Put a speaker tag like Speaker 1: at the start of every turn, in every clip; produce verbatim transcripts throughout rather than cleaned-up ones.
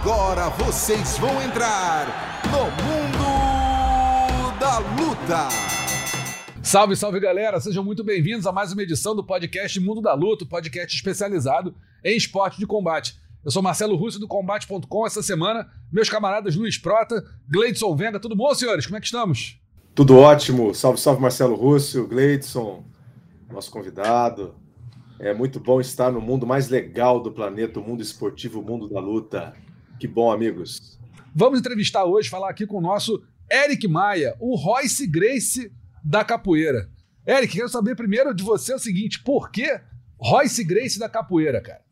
Speaker 1: Agora vocês vão entrar no Mundo da Luta.
Speaker 2: Salve, salve galera, sejam muito bem-vindos a mais uma edição do podcast Mundo da Luta, podcast especializado em esporte de combate. Eu sou Marcelo Russo do combate ponto com. Essa semana, meus camaradas Luiz Prota, Gleidson Venga, tudo bom, senhores? Como é que estamos?
Speaker 3: Tudo ótimo, salve, salve Marcelo Russo, Gleidson, nosso convidado. É muito bom estar no mundo mais legal do planeta, o mundo esportivo, o mundo da luta. Que bom, amigos.
Speaker 2: Vamos entrevistar hoje, falar aqui com o nosso Eric Maia, o Royce Gracie da capoeira. Eric, quero saber primeiro de você o seguinte, por que Royce Gracie da capoeira, cara?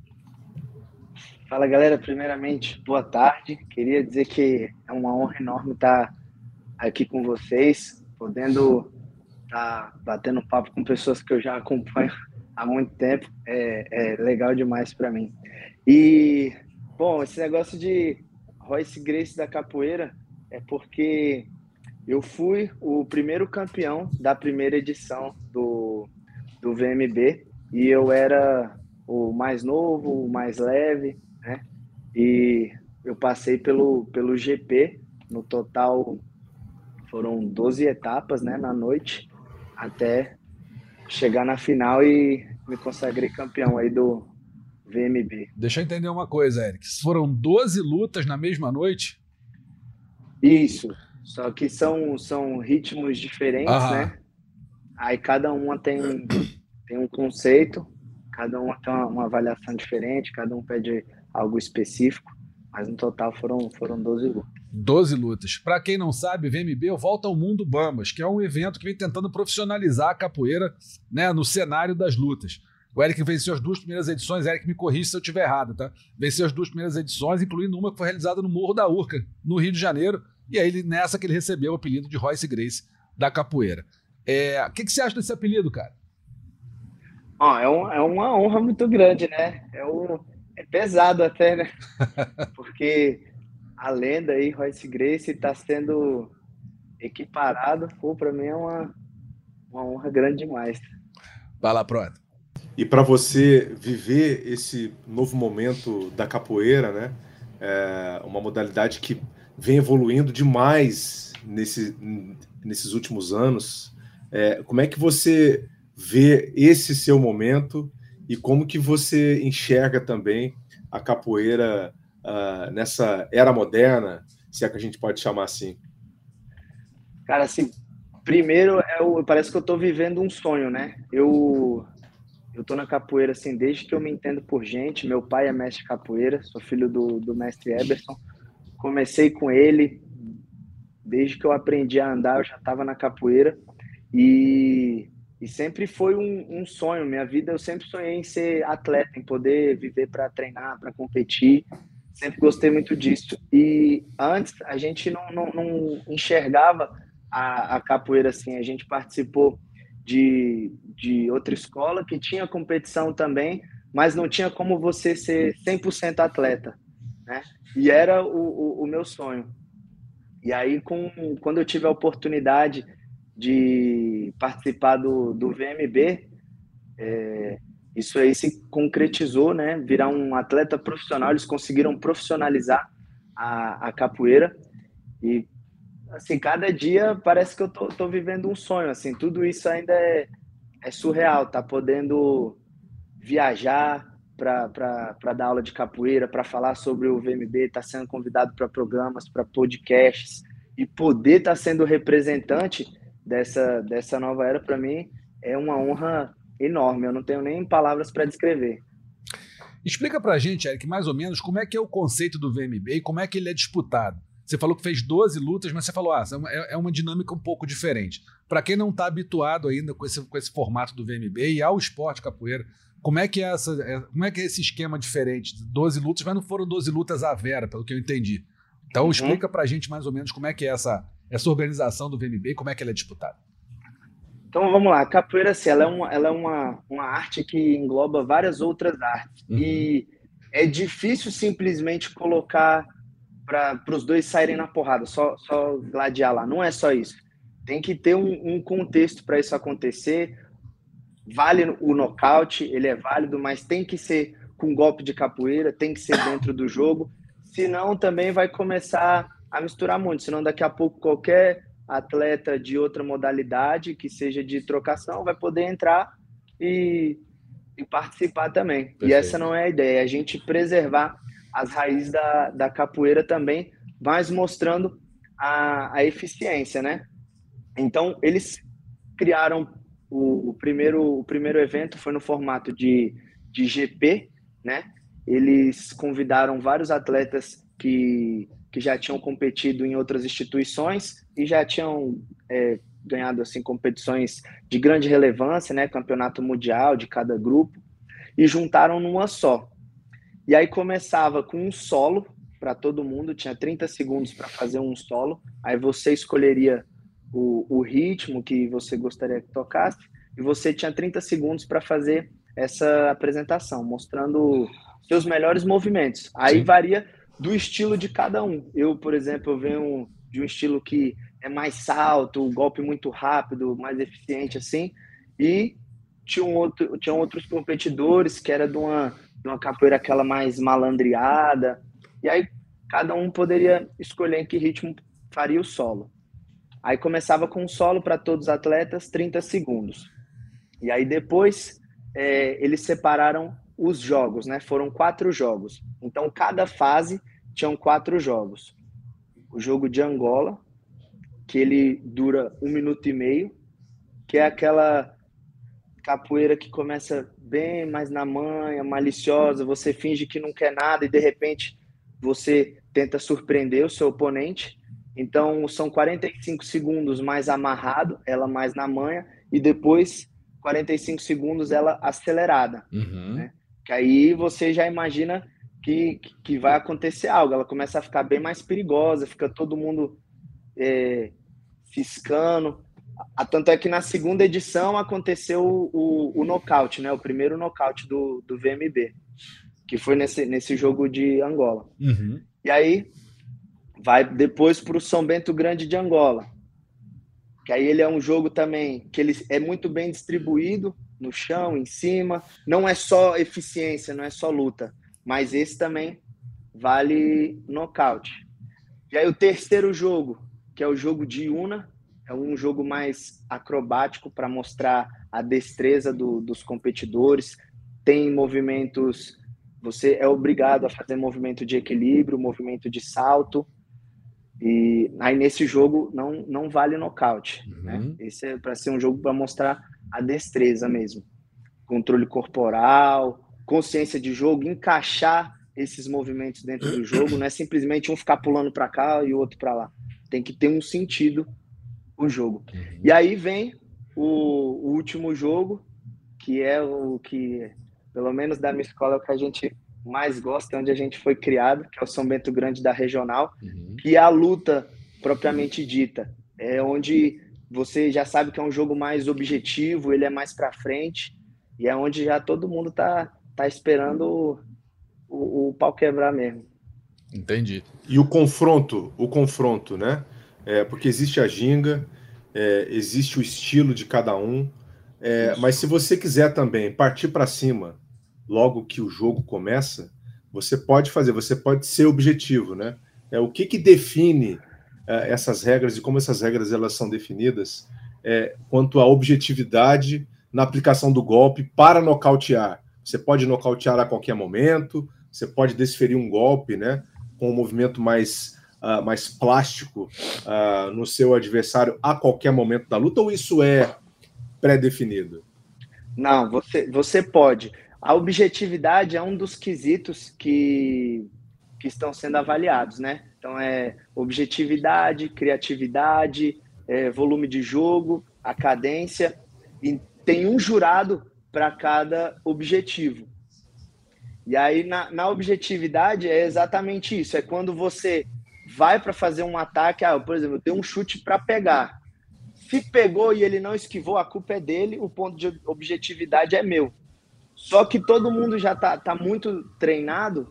Speaker 4: Fala, galera. Primeiramente, boa tarde. Queria dizer que é uma honra enorme estar aqui com vocês, podendo estar batendo papo com pessoas que eu já acompanho há muito tempo. É, é legal demais para mim. E, bom, esse negócio de Royce Gracie da capoeira é porque eu fui o primeiro campeão da primeira edição do, do V M B e eu era o mais novo, o mais leve, né? E eu passei pelo, pelo G P. No total foram doze etapas, né, na noite, até chegar na final e me consagrei campeão aí do V M B.
Speaker 2: Deixa eu entender uma coisa, Eric. Foram doze lutas na mesma noite?
Speaker 4: Isso. Só que são, são ritmos diferentes,
Speaker 2: Aham.
Speaker 4: né? Aí cada uma tem, tem um conceito, cada uma tem uma, uma avaliação diferente, cada um pede algo específico, mas no total foram, foram doze lutas.
Speaker 2: doze lutas. Para quem não sabe, V M B Volta ao Mundo Bambas, que é um evento que vem tentando profissionalizar a capoeira, né, no cenário das lutas. O Eric venceu as duas primeiras edições, Eric me corrige se eu estiver errado, tá? Venceu as duas primeiras edições, incluindo uma que foi realizada no Morro da Urca, no Rio de Janeiro, e aí nessa que ele recebeu o apelido de Royce Gracie da capoeira. É, o que, que você acha desse apelido, cara?
Speaker 4: Ó, é, um, é uma honra muito grande, né? É, um, é pesado até, né? Porque a lenda aí, Royce Gracie, está sendo equiparado. Pô, para mim é uma, uma honra grande demais.
Speaker 2: Vai lá, Prota.
Speaker 3: E para você viver esse novo momento da capoeira, né? É uma modalidade que vem evoluindo demais nesse, nesses últimos anos. É, como é que você vê esse seu momento e como que você enxerga também a capoeira uh, nessa era moderna, se é que a gente pode chamar assim?
Speaker 4: Cara, assim, primeiro, é o, parece que eu tô vivendo um sonho, né? Eu, eu tô na capoeira, assim, desde que eu me entendo por gente. Meu pai é mestre de capoeira, sou filho do, do mestre Eberson. Comecei com ele, desde que eu aprendi a andar, eu já estava na capoeira. E, e sempre foi um, um sonho. Minha vida, eu sempre sonhei em ser atleta, em poder viver para treinar, para competir. Sempre gostei muito disso. E antes, a gente não, não, não enxergava a, a capoeira assim. A gente participou de, de outra escola que tinha competição também, mas não tinha como você ser cem por cento atleta, né? E era o, o, o meu sonho. E aí, com, quando eu tive a oportunidade de participar do, do V M B, é, isso aí se concretizou, né? Virar um atleta profissional. Eles conseguiram profissionalizar a, a capoeira. E, assim, cada dia parece que eu tô, tô vivendo um sonho, assim. Tudo isso ainda é, é surreal. Tá podendo viajar para dar aula de capoeira, para falar sobre o V M B, tá sendo convidado para programas, para podcasts, e poder estar tá sendo representante dessa, dessa nova era, para mim, é uma honra enorme. Eu não tenho nem palavras para descrever.
Speaker 2: Explica pra gente, Eric, mais ou menos como é que é o conceito do V M B e como é que ele é disputado. Você falou que fez doze lutas, mas você falou, ah, é uma dinâmica um pouco diferente. Para quem não está habituado ainda com esse, com esse formato do V M B e ao esporte capoeira, como é que é, essa, como é, que é esse esquema diferente? doze lutas, mas não foram doze lutas à vera, pelo que eu entendi. Então uhum. Explica pra gente mais ou menos como é que é essa, essa organização do V M B e como é que ela é disputada.
Speaker 4: Então vamos lá, a capoeira assim, ela é, uma, ela é uma, uma arte que engloba várias outras artes. Uhum. E é difícil simplesmente colocar para os dois saírem na porrada, só, só gladiar lá. Não é só isso. Tem que ter um, um contexto para isso acontecer. Vale o nocaute, ele é válido, mas tem que ser com golpe de capoeira, tem que ser dentro do jogo. senão também vai começar a misturar muito, senão daqui a pouco qualquer atleta de outra modalidade, que seja de trocação, vai poder entrar e, e participar também. Perfeito. E essa não é a ideia, é a gente preservar as raízes da, da capoeira também, mas mostrando a, a eficiência, né? Então, eles criaram o, o, primeiro, o primeiro evento, foi no formato de, de G P, né? Eles convidaram vários atletas que, que já tinham competido em outras instituições e já tinham é, ganhado assim, competições de grande relevância, né? Campeonato mundial de cada grupo, e juntaram numa só. E aí começava com um solo para todo mundo, tinha trinta segundos para fazer um solo, aí você escolheria o, o ritmo que você gostaria que tocasse, e você tinha trinta segundos para fazer essa apresentação, mostrando seus melhores movimentos. Aí Sim. varia do estilo de cada um. Eu, por exemplo, eu venho de um estilo que é mais salto, golpe muito rápido, mais eficiente assim, e tinha, um outro, tinha outros competidores que era de uma, de uma capoeira aquela mais malandreada, e aí cada um poderia escolher em que ritmo faria o solo. Aí começava com um solo para todos os atletas, trinta segundos. E aí depois é, eles separaram os jogos, né? Foram quatro jogos. Então cada fase tinham quatro jogos. O jogo de Angola, que ele dura um minuto e meio, que é aquela capoeira que começa bem mais na manha, maliciosa, você finge que não quer nada e de repente você tenta surpreender o seu oponente. Então são quarenta e cinco segundos mais amarrado, ela mais na manha, e depois quarenta e cinco segundos ela acelerada. Uhum. Né? Que aí você já imagina que, que vai acontecer algo, ela começa a ficar bem mais perigosa, fica todo mundo é, fiscando. Tanto é que na segunda edição aconteceu o, o, o nocaute, né? O primeiro nocaute do, do V M B, que foi nesse, nesse jogo de Angola. Uhum. E aí vai depois para o São Bento Grande de Angola, que aí ele é um jogo também que ele é muito bem distribuído no chão, em cima, não é só eficiência, não é só luta, mas esse também vale nocaute. E aí o terceiro jogo, que é o jogo de Iuna, é um jogo mais acrobático para mostrar a destreza do, dos competidores, tem movimentos, você é obrigado a fazer movimento de equilíbrio, movimento de salto, e aí nesse jogo não, não vale nocaute, uhum. né? Esse é para ser um jogo para mostrar a destreza mesmo, controle corporal, consciência de jogo, encaixar esses movimentos dentro do jogo, não é simplesmente um ficar pulando para cá e o outro para lá, tem que ter um sentido o jogo. Uhum. E aí vem o, o último jogo, que é o que, pelo menos da minha escola, é o que a gente mais gosta, onde a gente foi criado, que é o São Bento Grande da Regional, uhum. que é a luta propriamente dita, é onde você já sabe que é um jogo mais objetivo, ele é mais para frente, e é onde já todo mundo tá, tá esperando o, o, o pau quebrar mesmo.
Speaker 2: Entendi.
Speaker 3: E o confronto, o confronto, né? É, porque existe a ginga, é, existe o estilo de cada um, é, mas se você quiser também partir para cima logo que o jogo começa, você pode fazer, você pode ser objetivo, né? É, o que que define é, essas regras e como essas regras elas são definidas é, quanto à objetividade na aplicação do golpe para nocautear. Você pode nocautear a qualquer momento, você pode desferir um golpe, né, com um movimento mais, uh, mais plástico uh, no seu adversário a qualquer momento da luta, ou isso é pré-definido?
Speaker 4: Não, você, você pode. A objetividade é um dos quesitos que, que estão sendo avaliados, né? Então, é objetividade, criatividade, é, volume de jogo, a cadência, e tem um jurado para cada objetivo. E aí, na, na objetividade, é exatamente isso. É quando você vai para fazer um ataque, ah, por exemplo, eu tenho um chute para pegar. Se pegou e ele não esquivou, a culpa é dele, o ponto de objetividade é meu. Só que todo mundo já tá, tá muito treinado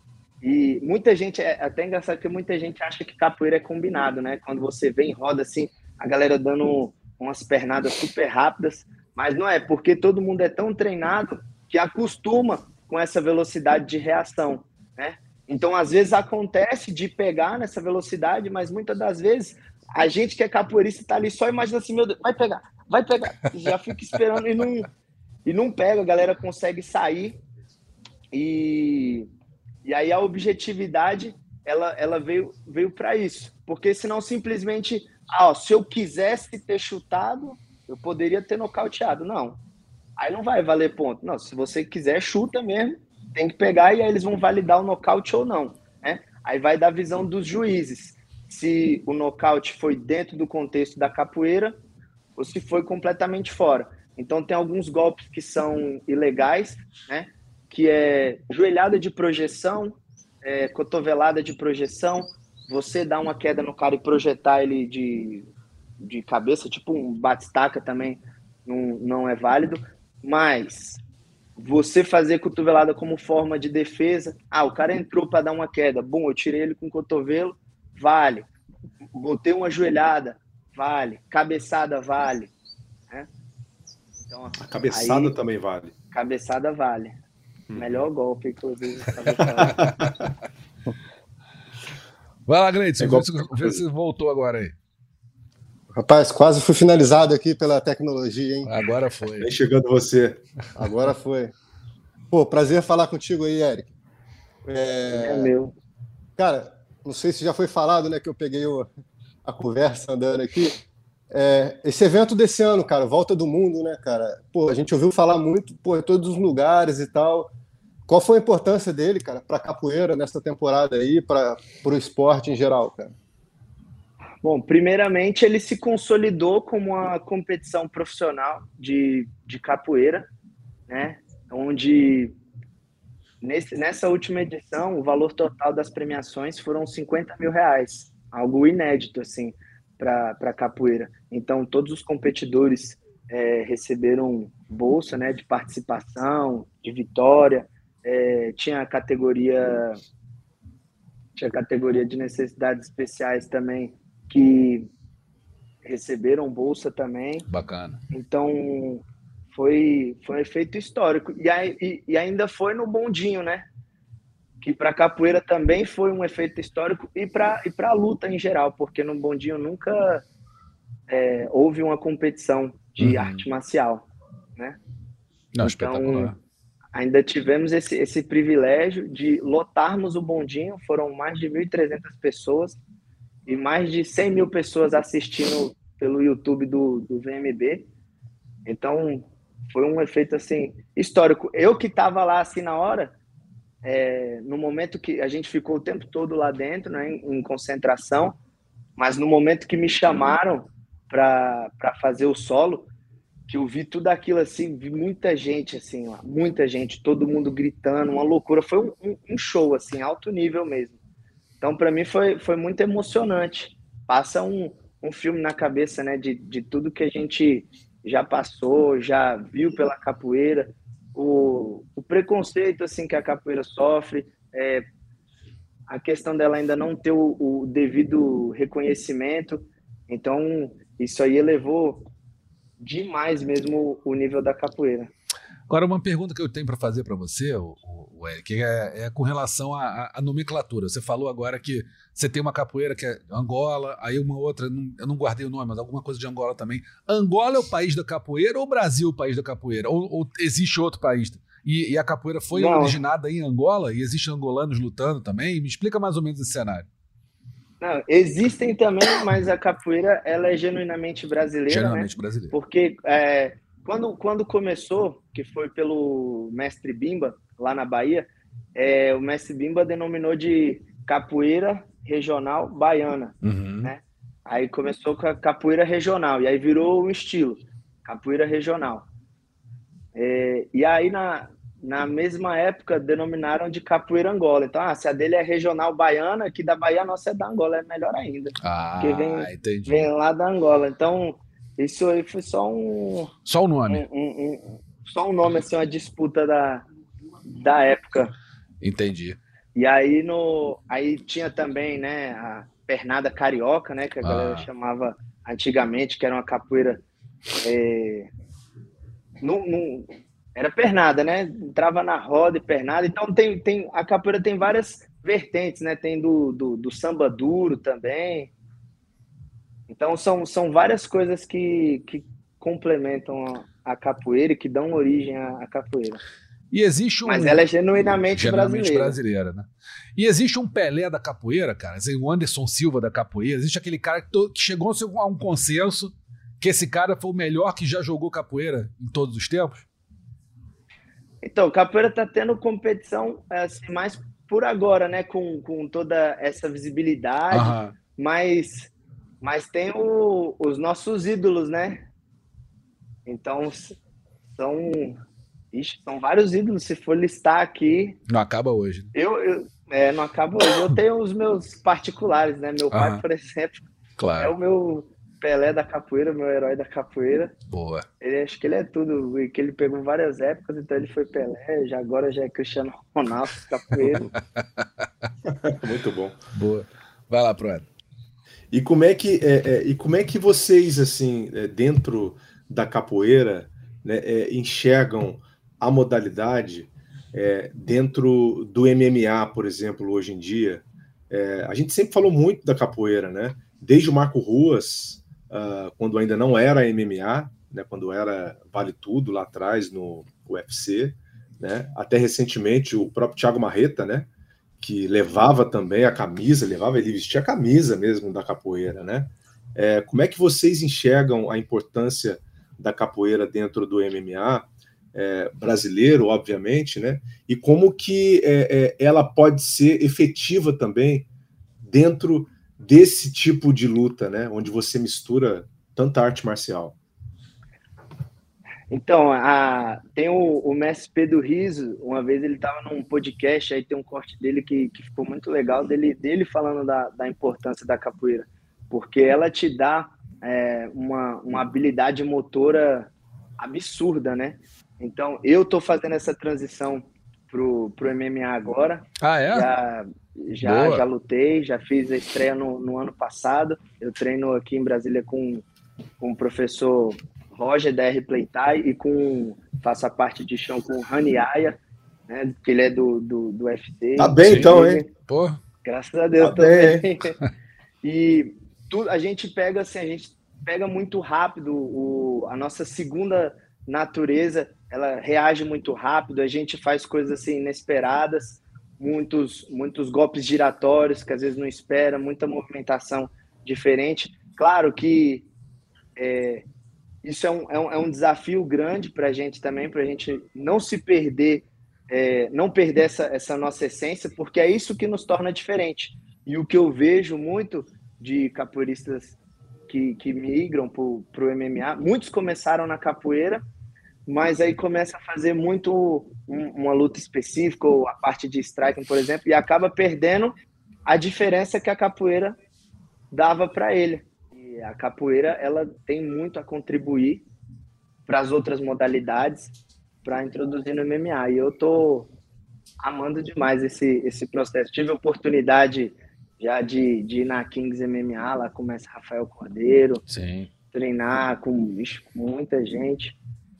Speaker 4: e muita gente, é até engraçado que muita gente acha que capoeira é combinado, né? Quando você vem em roda assim, a galera dando umas pernadas super rápidas, mas não é, porque todo mundo é tão treinado que acostuma com essa velocidade de reação, né? Então, às vezes acontece de pegar nessa velocidade, mas muitas das vezes a gente que é capoeirista está ali só imagina assim, meu Deus, vai pegar, vai pegar. Já fica esperando e não, e não pega, a galera consegue sair. E, e aí a objetividade, ela, ela veio, veio para isso. Porque senão simplesmente, ah, ó, se eu quisesse ter chutado, eu poderia ter nocauteado. Não. Aí não vai valer ponto. Não, se você quiser, chuta mesmo, tem que pegar e aí eles vão validar o nocaute ou não, né? Aí vai dar visão dos juízes, se o nocaute foi dentro do contexto da capoeira ou se foi completamente fora. Então tem alguns golpes que são ilegais, né? Que é joelhada de projeção, é, cotovelada de projeção, você dar uma queda no cara e projetar ele de, de cabeça, tipo um bate-estaca também não, não é válido, mas você fazer cotovelada como forma de defesa, ah, o cara entrou para dar uma queda, bom, eu tirei ele com o cotovelo, vale, botei uma joelhada, vale, cabeçada vale, né? Então,
Speaker 3: a cabeçada
Speaker 4: aí,
Speaker 3: também vale.
Speaker 4: Cabeçada vale. Hum. Melhor golpe, inclusive.
Speaker 2: Vai lá, Gleidson, é vê se voltou agora aí.
Speaker 5: Rapaz, quase fui finalizado aqui pela tecnologia, hein?
Speaker 2: Agora foi.
Speaker 3: Vem chegando você.
Speaker 5: Agora foi. Pô, prazer falar contigo aí, Eric.
Speaker 4: É, é meu.
Speaker 5: Cara, não sei se já foi falado, né, que eu peguei o, a conversa andando aqui. É, esse evento desse ano, cara, Volta do Mundo, né, cara? Pô, a gente ouviu falar muito, pô, em todos os lugares e tal. Qual foi a importância dele, cara, para capoeira nessa temporada aí, para o esporte em geral, cara?
Speaker 4: Bom, primeiramente ele se consolidou como uma competição profissional de, de capoeira, né? Onde nesse, nessa última edição o valor total das premiações foram cinquenta mil reais, algo inédito assim para capoeira. Então todos os competidores é, receberam bolsa, né, de participação, de vitória. É, tinha a categoria tinha a categoria de necessidades especiais também, que receberam bolsa também.
Speaker 2: Bacana.
Speaker 4: Então, foi, foi um efeito histórico. E, aí, e, e ainda foi no bondinho, né? Que para capoeira também foi um efeito histórico e para e para a luta em geral, porque no bondinho nunca é, houve uma competição de uhum. arte marcial, né?
Speaker 2: Não, então, espetacular.
Speaker 4: Ainda tivemos esse, esse privilégio de lotarmos o bondinho, foram mais de mil e trezentas pessoas, e mais de cem mil pessoas assistindo pelo YouTube do, do V M B. Então, foi um efeito, assim, histórico. Eu que estava lá, assim, na hora, é, no momento que a gente ficou o tempo todo lá dentro, né, em, em concentração, mas no momento que me chamaram para fazer o solo, que eu vi tudo aquilo, assim, vi muita gente, assim, lá, muita gente, todo mundo gritando, uma loucura. Foi um, um show, assim, alto nível mesmo. Então, para mim, foi, foi muito emocionante. Passa um, um filme na cabeça, né, de, de tudo que a gente já passou, já viu pela capoeira, o, o preconceito, assim, que a capoeira sofre, é, a questão dela ainda não ter o, o devido reconhecimento. Então, isso aí elevou demais mesmo o nível da capoeira.
Speaker 2: Agora, uma pergunta que eu tenho para fazer para você, o, o Eric, é, é com relação à, à nomenclatura. Você falou agora que você tem uma capoeira que é Angola, aí uma outra, não, eu não guardei o nome, mas alguma coisa de Angola também. Angola é o país da capoeira ou o Brasil é o país da capoeira? Ou, ou existe outro país? E, e a capoeira foi não. originada em Angola e existem angolanos lutando também? Me explica mais ou menos esse cenário.
Speaker 4: Não, existem também, mas a capoeira ela é genuinamente brasileira,
Speaker 2: genuinamente
Speaker 4: né?
Speaker 2: brasileira.
Speaker 4: Porque é, quando, quando começou, que foi pelo mestre Bimba, lá na Bahia, é, o mestre Bimba denominou de capoeira regional baiana,
Speaker 2: uhum.
Speaker 4: né? Aí começou com a capoeira regional, e aí virou um estilo, capoeira regional. É, e aí, na, na mesma época, denominaram de capoeira Angola. Então, ah, se a dele é regional baiana, aqui da Bahia, a nossa é da Angola, é melhor ainda.
Speaker 2: Ah,
Speaker 4: porque vem,
Speaker 2: entendi.
Speaker 4: Vem lá da Angola. Então, isso aí foi só um...
Speaker 2: Só o nome.
Speaker 4: Um, um, um, só um nome, assim, uma disputa da, da época.
Speaker 2: Entendi.
Speaker 4: E aí, no, aí tinha também, né, a pernada carioca, né, que a ah. galera chamava antigamente, que era uma capoeira... É, Não, não, era pernada, né? Entrava na roda e pernada. Então, tem, tem, a capoeira tem várias vertentes, né? Tem do, do, do samba duro também. Então, são, são várias coisas que, que complementam a, a capoeira e que dão origem à, à capoeira.
Speaker 2: E existe um...
Speaker 4: Mas ela é genuinamente,
Speaker 2: genuinamente
Speaker 4: brasileira.
Speaker 2: brasileira, né? E existe um Pelé da capoeira, cara, assim, o Anderson Silva da capoeira, existe aquele cara que, to... que chegou a um consenso que esse cara foi o melhor que já jogou capoeira em todos os tempos?
Speaker 4: Então, capoeira tá tendo competição assim, mais por agora, né? Com, com toda essa visibilidade,
Speaker 2: Aham.
Speaker 4: mas, mas tem o, os nossos ídolos, né? Então, são, ixi, são vários ídolos, se for listar aqui...
Speaker 2: Não acaba hoje. Né?
Speaker 4: Eu, eu é, não acaba hoje. Eu tenho os meus particulares, né? Meu pai,
Speaker 2: Aham.
Speaker 4: por exemplo,
Speaker 2: Claro.
Speaker 4: é o meu Pelé da capoeira, meu herói da capoeira.
Speaker 2: Boa.
Speaker 4: Ele, acho que ele é tudo, que ele pegou várias épocas, então ele foi Pelé, já agora já é Cristiano Ronaldo, capoeira.
Speaker 3: Muito bom.
Speaker 2: Boa. Vai lá, Proed.
Speaker 3: E como é que é, é, e como é que vocês, assim, é, dentro da capoeira, né, é, enxergam a modalidade é, dentro do M M A, por exemplo, hoje em dia? É, a gente sempre falou muito da capoeira, né? Desde o Marco Ruas, uh, quando ainda não era M M A, né, quando era Vale Tudo lá atrás no U F C, né, até recentemente o próprio Thiago Marreta, né, que levava também a camisa, levava, ele vestia a camisa mesmo da capoeira, né? É, como é que vocês enxergam a importância da capoeira dentro do M M A é, brasileiro, obviamente, né? E como que é, é, ela pode ser efetiva também dentro desse tipo de luta, né? Onde você mistura tanta arte marcial.
Speaker 4: Então, a, tem o, o mestre Pedro Riso, uma vez ele estava num podcast, aí tem um corte dele que, que ficou muito legal, dele, dele falando da, da importância da capoeira, porque ela te dá é, uma, uma habilidade motora absurda, né? Então, eu tô fazendo essa transição pro, pro M M A agora.
Speaker 2: Ah, é?
Speaker 4: Já, já, já lutei, já fiz a estreia no, no ano passado. Eu treino aqui em Brasília com, com o professor Roger da R Playtai e com, faço a parte de chão com o Rani Aya, né? Que ele é do, do, do U F C.
Speaker 3: Tá bem, então, hein?
Speaker 2: Pô.
Speaker 4: Graças a Deus
Speaker 3: Tá
Speaker 4: também.
Speaker 3: bem,
Speaker 4: E tu, a gente pega assim, a gente pega muito rápido o, a nossa segunda natureza, ela reage muito rápido, a gente faz coisas assim inesperadas, muitos, muitos golpes giratórios que às vezes não espera, muita movimentação diferente. Claro que é, isso é um, é, um, é um desafio grande para a gente também, para a gente não se perder, é, não perder essa, essa nossa essência, porque é isso que nos torna diferente. E o que eu vejo muito de capoeiristas que, que migram para o M M A, muitos começaram na capoeira, mas aí começa a fazer muito um, uma luta específica, ou a parte de striking, por exemplo, e acaba perdendo a diferença que a capoeira dava para ele. E a capoeira, ela tem muito a contribuir para as outras modalidades, para introduzir no M M A. E eu tô amando demais esse, esse processo. Tive a oportunidade já de, de ir na Kings M M A, lá começa Rafael Cordeiro,
Speaker 2: Sim.
Speaker 4: treinar com, vixe, muita gente.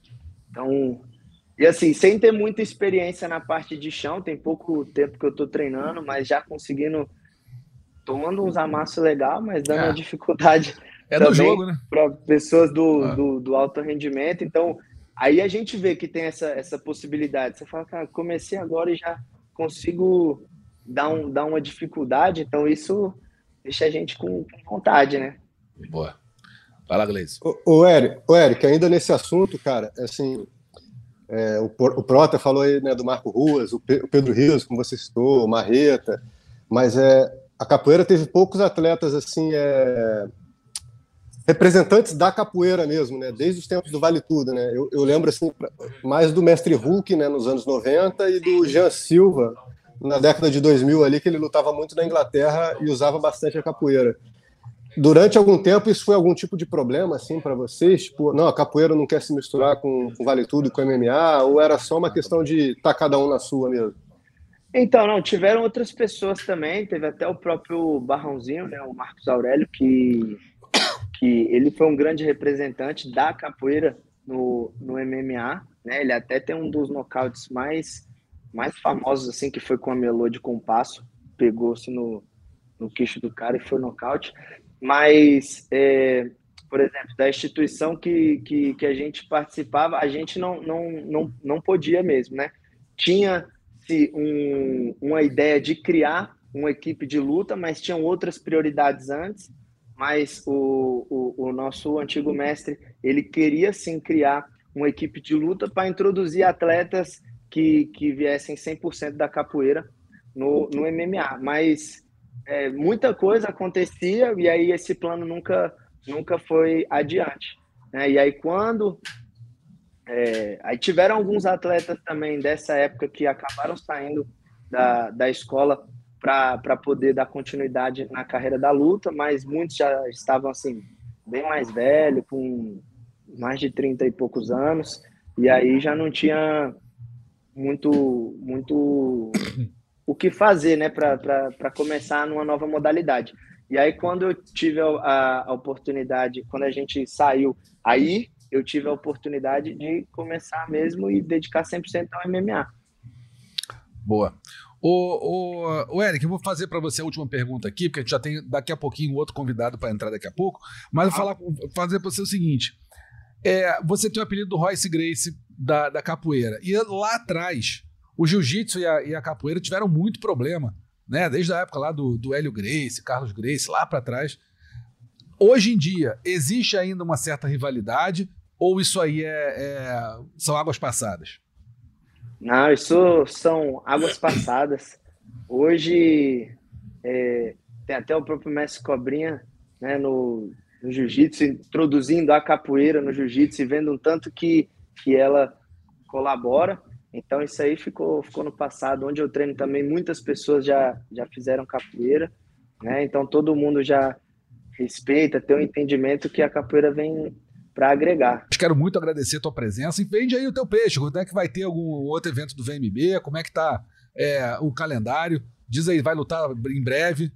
Speaker 4: Então, e assim, sem ter muita experiência na parte de chão, tem pouco tempo que eu tô treinando, mas já conseguindo, tomando uns amassos legal, mas dando
Speaker 2: É.
Speaker 4: uma dificuldade
Speaker 2: É
Speaker 4: também
Speaker 2: do jogo, né?
Speaker 4: para pessoas do,
Speaker 2: Ah.
Speaker 4: do, do alto rendimento. Então, aí a gente vê que tem essa, essa possibilidade. Você fala, cara, comecei agora e já consigo dar, um, dar uma dificuldade, então isso deixa a gente com, com vontade, né?
Speaker 2: Boa. Vai lá, Gleice.
Speaker 5: O, o, Eric, o Eric, ainda nesse assunto, cara, assim, é, o, o Prota falou aí, né, do Marco Ruas, o, Pe, o Pedro Rios, como você citou, o Marreta, mas é, a capoeira teve poucos atletas, assim, é, representantes da capoeira mesmo, né, desde os tempos do Vale Tudo, né, eu, eu lembro, assim, mais do Mestre Hulk, né, nos anos noventa, e do Jean Silva, na década de dois mil ali, que ele lutava muito na Inglaterra e usava bastante a capoeira. Durante algum tempo, isso foi algum tipo de problema, assim, para vocês? Tipo, não, a capoeira não quer se misturar com, com Vale Tudo, com M M A, ou era só uma questão de estar cada um na sua mesmo?
Speaker 4: Então, não, tiveram outras pessoas também, teve até o próprio Barrãozinho, né, o Marcos Aurélio, que, que ele foi um grande representante da capoeira no, no M M A, né, ele até tem um dos nocautes mais, mais famosos, assim, que foi com a Melô de Compasso, pegou-se no, no queixo do cara e foi nocaute. Mas, é, por exemplo, da instituição que, que, que a gente participava, a gente não, não, não, não podia mesmo, né? Tinha-se um, uma ideia de criar uma equipe de luta, mas tinham outras prioridades antes. Mas o, o, o nosso antigo mestre, ele queria sim criar uma equipe de luta para introduzir atletas que, que viessem cem por cento da capoeira no, no M M A. Mas é, muita coisa acontecia e aí esse plano nunca, nunca foi adiante, né? E aí quando... É, aí tiveram alguns atletas também dessa época que acabaram saindo da, da escola para poder dar continuidade na carreira da luta, mas muitos já estavam assim, bem mais velhos, com mais de trinta e poucos anos, e aí já não tinha muito, muito o que fazer, né, para começar numa nova modalidade. E aí quando eu tive a, a oportunidade, quando a gente saiu, aí eu tive a oportunidade de começar mesmo e dedicar cem por cento ao M M A.
Speaker 2: Boa. O, o, o Eric, eu vou fazer para você a última pergunta aqui, porque a gente já tem daqui a pouquinho um outro convidado para entrar daqui a pouco, mas eu vou falar, fazer para você o seguinte, é, você tem o apelido do Royce Gracie da, da capoeira, e lá atrás o jiu-jitsu e a, e a capoeira tiveram muito problema, né? Desde a época lá do, do Hélio Gracie, Carlos Gracie, lá para trás. Hoje em dia, existe ainda uma certa rivalidade ou isso aí é, é, são águas passadas?
Speaker 4: Não, isso são águas passadas. Hoje, é, tem até o próprio mestre Cobrinha, né, no, no jiu-jitsu, introduzindo a capoeira no jiu-jitsu e vendo um tanto que, que ela colabora. Então, isso aí ficou, ficou no passado. Onde eu treino também, muitas pessoas já, já fizeram capoeira, né? Então, todo mundo já respeita, tem um entendimento que a capoeira vem para agregar.
Speaker 2: Quero muito agradecer a tua presença e vende aí o teu peixe. Quando é que vai ter algum outro evento do V M B? Como é que tá é, o calendário? Diz aí, vai lutar em breve?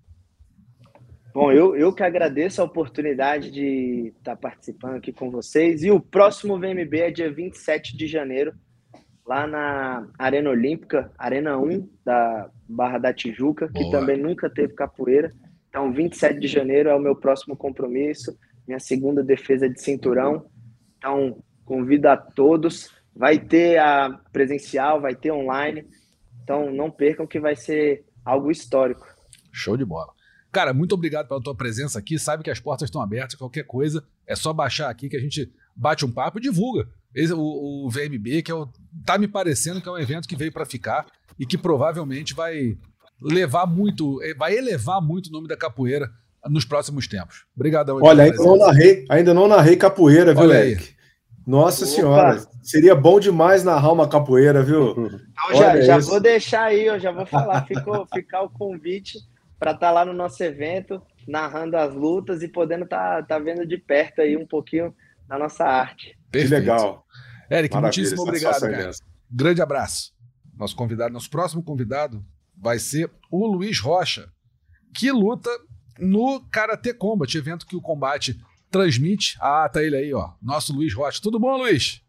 Speaker 4: Bom, eu, eu que agradeço a oportunidade de estar participando aqui com vocês. E o próximo V M B é dia vinte e sete de janeiro, lá na Arena Olímpica, Arena um da Barra da Tijuca, que Boa. Também nunca teve capoeira. Então, vinte e sete de janeiro é o meu próximo compromisso, minha segunda defesa de cinturão. Então, convido a todos. Vai ter a presencial, vai ter online. Então, não percam que vai ser algo histórico.
Speaker 2: Show de bola. Cara, muito obrigado pela tua presença aqui. Sabe que as portas estão abertas. Qualquer coisa, é só baixar aqui que a gente bate um papo e divulga. Esse, o, o V M B, que é o, tá me parecendo que é um evento que veio para ficar e que provavelmente vai levar muito, vai elevar muito o nome da capoeira nos próximos tempos. Obrigadão.
Speaker 3: Olha, ainda não, narrei, ainda não narrei capoeira, viu, Eric? Nossa Opa. Senhora, seria bom demais narrar uma capoeira, viu?
Speaker 4: Então, já, já vou deixar aí, eu já vou falar, ficou, ficar o convite para estar tá lá no nosso evento, narrando as lutas e podendo estar tá, tá vendo de perto aí um pouquinho da nossa arte.
Speaker 2: Perfeito.
Speaker 3: Que legal.
Speaker 2: Eric, Maravilha, muitíssimo obrigado, cara. Grande abraço. Nosso convidado, nosso próximo convidado vai ser o Luiz Rocha, que luta no Karatê Combat, evento que o Combate transmite. Ah, tá ele aí, ó. Nosso Luiz Rocha. Tudo bom, Luiz?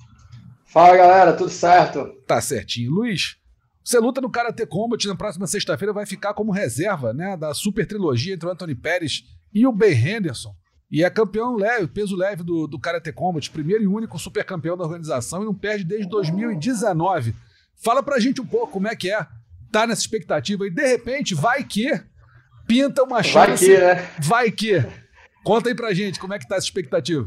Speaker 6: Fala, galera. Tudo certo?
Speaker 2: Tá certinho. Luiz, você luta no Karatê Combat, na próxima sexta-feira vai ficar como reserva, né, da super trilogia entre o Anthony Pérez e o Ben Henderson. E é campeão leve, peso leve do, do Karatê Combat, primeiro e único super campeão da organização e não perde desde dois mil e dezenove. Fala pra gente um pouco como é que é, tá nessa expectativa e de repente vai que pinta uma chance.
Speaker 6: Vai que, né?
Speaker 2: Vai que. Conta aí pra gente como é que tá essa expectativa.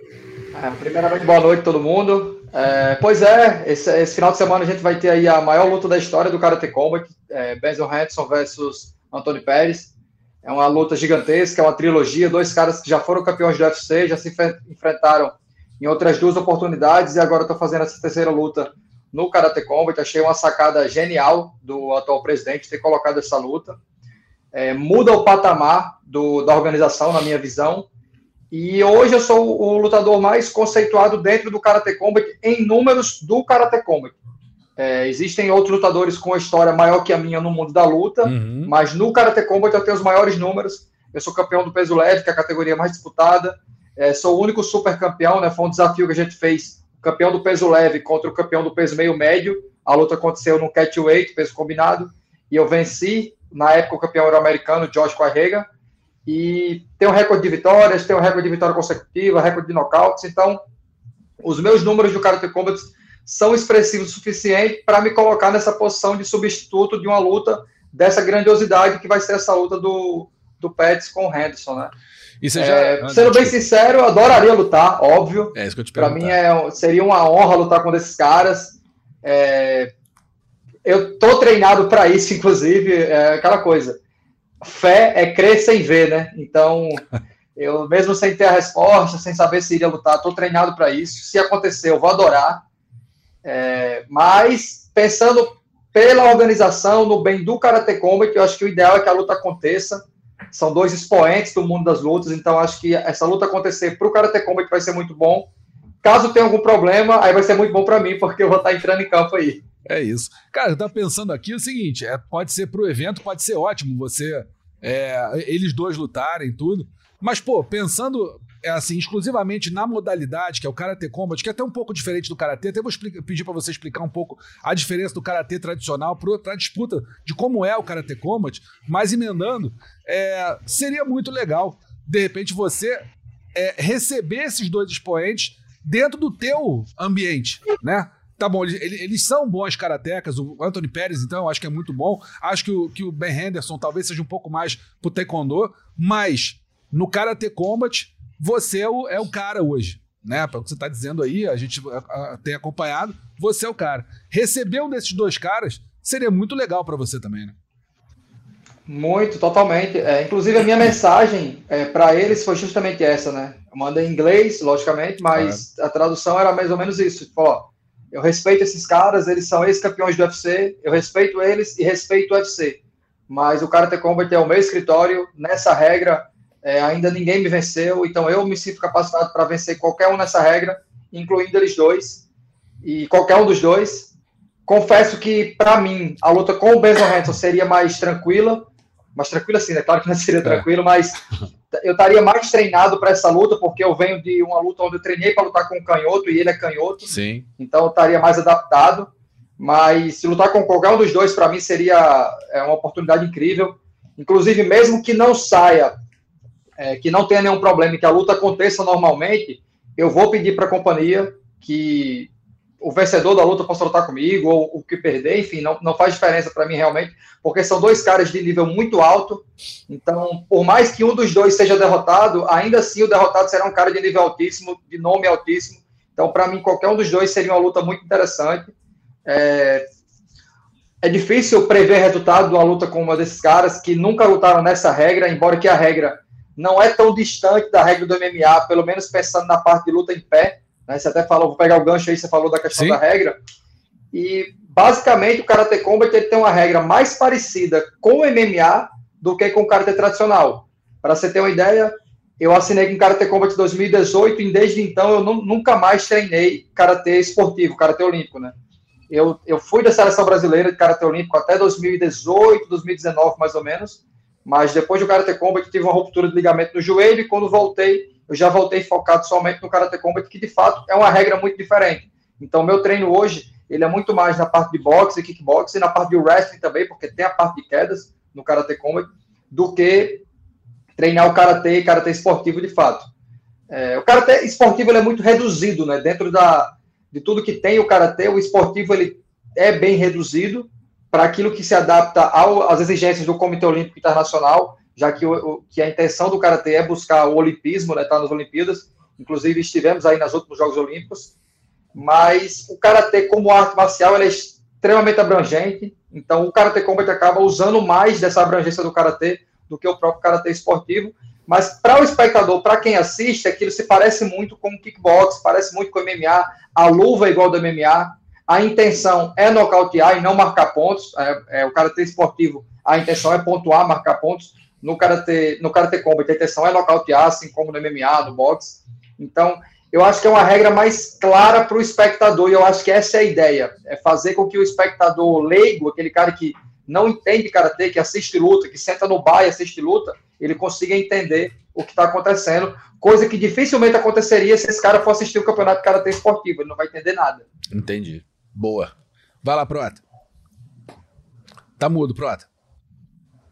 Speaker 6: É, primeiramente, boa noite a todo mundo. É, pois é, esse, esse final de semana a gente vai ter aí a maior luta da história do Karatê Combat, é, Benson Henderson versus Anthony Pérez. É uma luta gigantesca, é uma trilogia, dois caras que já foram campeões do U F C, já se enfrentaram em outras duas oportunidades e agora estou fazendo essa terceira luta no Karatê Combat. Achei uma sacada genial do atual presidente ter colocado essa luta. É, muda o patamar do, da organização, na minha visão. E hoje eu sou o lutador mais conceituado dentro do Karatê Combat em números do Karatê Combat. É, existem outros lutadores com uma história maior que a minha no mundo da luta, uhum. mas no Karatê Combat eu tenho os maiores números. Eu sou campeão do peso leve, que é a categoria mais disputada. É, sou o único super campeão, né? Foi um desafio que a gente fez, campeão do peso leve contra o campeão do peso meio médio. A luta aconteceu no catchweight, peso combinado, e eu venci na época o campeão era o americano, Josh Correga, e tem um recorde de vitórias, tem um recorde de vitória consecutiva, recorde de nocautes, então os meus números do Karate Combat são expressivos o suficiente para me colocar nessa posição de substituto de uma luta dessa grandiosidade que vai ser essa luta do, do Pettis com o Henderson, né?
Speaker 2: E você já...
Speaker 6: É,
Speaker 2: ah,
Speaker 6: sendo bem sincero, eu adoraria lutar, óbvio.
Speaker 2: É isso que eu te
Speaker 6: Para mim é, seria uma honra lutar com um desses caras. É, eu tô treinado para isso, inclusive, é aquela coisa. Fé é crer sem ver, né? Então, eu mesmo sem ter a resposta, sem saber se iria lutar, tô treinado para isso. Se acontecer, eu vou adorar. É, mas, pensando pela organização, no bem do Karate Combat, eu acho que o ideal é que a luta aconteça. São dois expoentes do mundo das lutas, então acho que essa luta acontecer para o Karate Combat vai ser muito bom. Caso tenha algum problema, aí vai ser muito bom para mim, porque eu vou estar entrando em campo aí.
Speaker 2: É isso. Cara, eu tava pensando aqui o seguinte, é, pode ser pro evento, pode ser ótimo você, é, eles dois lutarem tudo, mas, pô, pensando é, assim, exclusivamente na modalidade, que é o Karate Combat, que é até um pouco diferente do Karatê, até vou explicar, pedir para você explicar um pouco a diferença do Karatê tradicional para a disputa de como é o Karate Combat, mas emendando, é, seria muito legal, de repente, você é, receber esses dois expoentes dentro do teu ambiente, né? Tá bom, eles, eles são bons karatecas, o Anthony Pérez, então, eu acho que é muito bom. Acho que o, que o Ben Henderson talvez seja um pouco mais pro taekwondo, mas no Karate Combat, você é o, é o cara hoje, né? Pelo que você tá dizendo aí, a gente a, a, tem acompanhado, você é o cara. Receber um desses dois caras seria muito legal para você também, né?
Speaker 6: Muito, totalmente. É, inclusive, a minha mensagem é, para eles foi justamente essa, né? Eu mandei em inglês, logicamente, mas claro, a tradução era mais ou menos isso. Tipo, ó, eu respeito esses caras, eles são ex-campeões do U F C, eu respeito eles e respeito o U F C. Mas o Karate Combat é o meu escritório, nessa regra, é, ainda ninguém me venceu, então eu me sinto capacitado para vencer qualquer um nessa regra, incluindo eles dois, e qualquer um dos dois. Confesso que, para mim, a luta com o Benson Henderson seria mais tranquila, mais tranquila sim, né? Claro que não seria tranquilo, é. mas eu estaria mais treinado para essa luta, porque eu venho de uma luta onde eu treinei para lutar com um canhoto, e ele é canhoto,
Speaker 2: sim.
Speaker 6: Então eu estaria mais adaptado, mas se lutar com qualquer um dos dois, para mim, seria é, uma oportunidade incrível, inclusive mesmo que não saia, é, que não tenha nenhum problema e que a luta aconteça normalmente, eu vou pedir para a companhia que o vencedor da luta possa lutar comigo, ou o que perder, enfim, não, não faz diferença para mim realmente, porque são dois caras de nível muito alto, então, por mais que um dos dois seja derrotado, ainda assim o derrotado será um cara de nível altíssimo, de nome altíssimo, então, para mim, qualquer um dos dois seria uma luta muito interessante. É, é difícil prever resultado de uma luta com uma desses caras que nunca lutaram nessa regra, embora que a regra não é tão distante da regra do M M A, pelo menos pensando na parte de luta em pé, né? Você até falou, vou pegar o gancho aí, você falou da questão Sim. da regra, e basicamente o Karate Combat ele tem uma regra mais parecida com o M M A do que com o Karate tradicional. Para você ter uma ideia, eu assinei com o Karate Combat em dois mil e dezoito e desde então eu não, nunca mais treinei Karate esportivo, Karate olímpico, né? Eu, eu fui da seleção brasileira de Karate olímpico até dois mil e dezoito, dois mil e dezenove mais ou menos, mas depois do Karate Combat tive uma ruptura de ligamento no joelho e quando voltei, eu já voltei focado somente no Karate Combat, que de fato é uma regra muito diferente. Então meu treino hoje, ele é muito mais na parte de boxe e kickboxing, e na parte de wrestling também, porque tem a parte de quedas no Karate Combat, do que treinar o Karate e Karate esportivo de fato. É, o Karate esportivo ele é muito reduzido, né? Dentro da, de tudo que tem o Karate, o esportivo ele é bem reduzido para aquilo que se adapta ao, às exigências do Comitê Olímpico Internacional, já que, o, que a intenção do Karate é buscar o olimpismo, né? Tá nas Olimpíadas, inclusive estivemos aí nos últimos Jogos Olímpicos, mas o Karate como arte marcial ele é extremamente abrangente, então o Karate Combat acaba usando mais dessa abrangência do Karate do que o próprio Karate esportivo, mas para o espectador, para quem assiste, aquilo se parece muito com o kickbox, parece muito com o M M A, a luva é igual do M M A, a intenção é nocautear e não marcar pontos, é, é, o Karate esportivo, a intenção é pontuar, marcar pontos, no Karate, no Karate Combat a intenção é nocautear, assim como no M M A, no boxe, então eu acho que é uma regra mais clara para o espectador, e eu acho que essa é a ideia, é fazer com que o espectador leigo, aquele cara que não entende Karatê, que assiste luta, que senta no bar e assiste luta, ele consiga entender o que está acontecendo, coisa que dificilmente aconteceria se esse cara for assistir o campeonato de Karatê esportivo, ele não vai entender nada.
Speaker 2: Entendi. Boa. Vai lá, Prota. Tá mudo, Prota.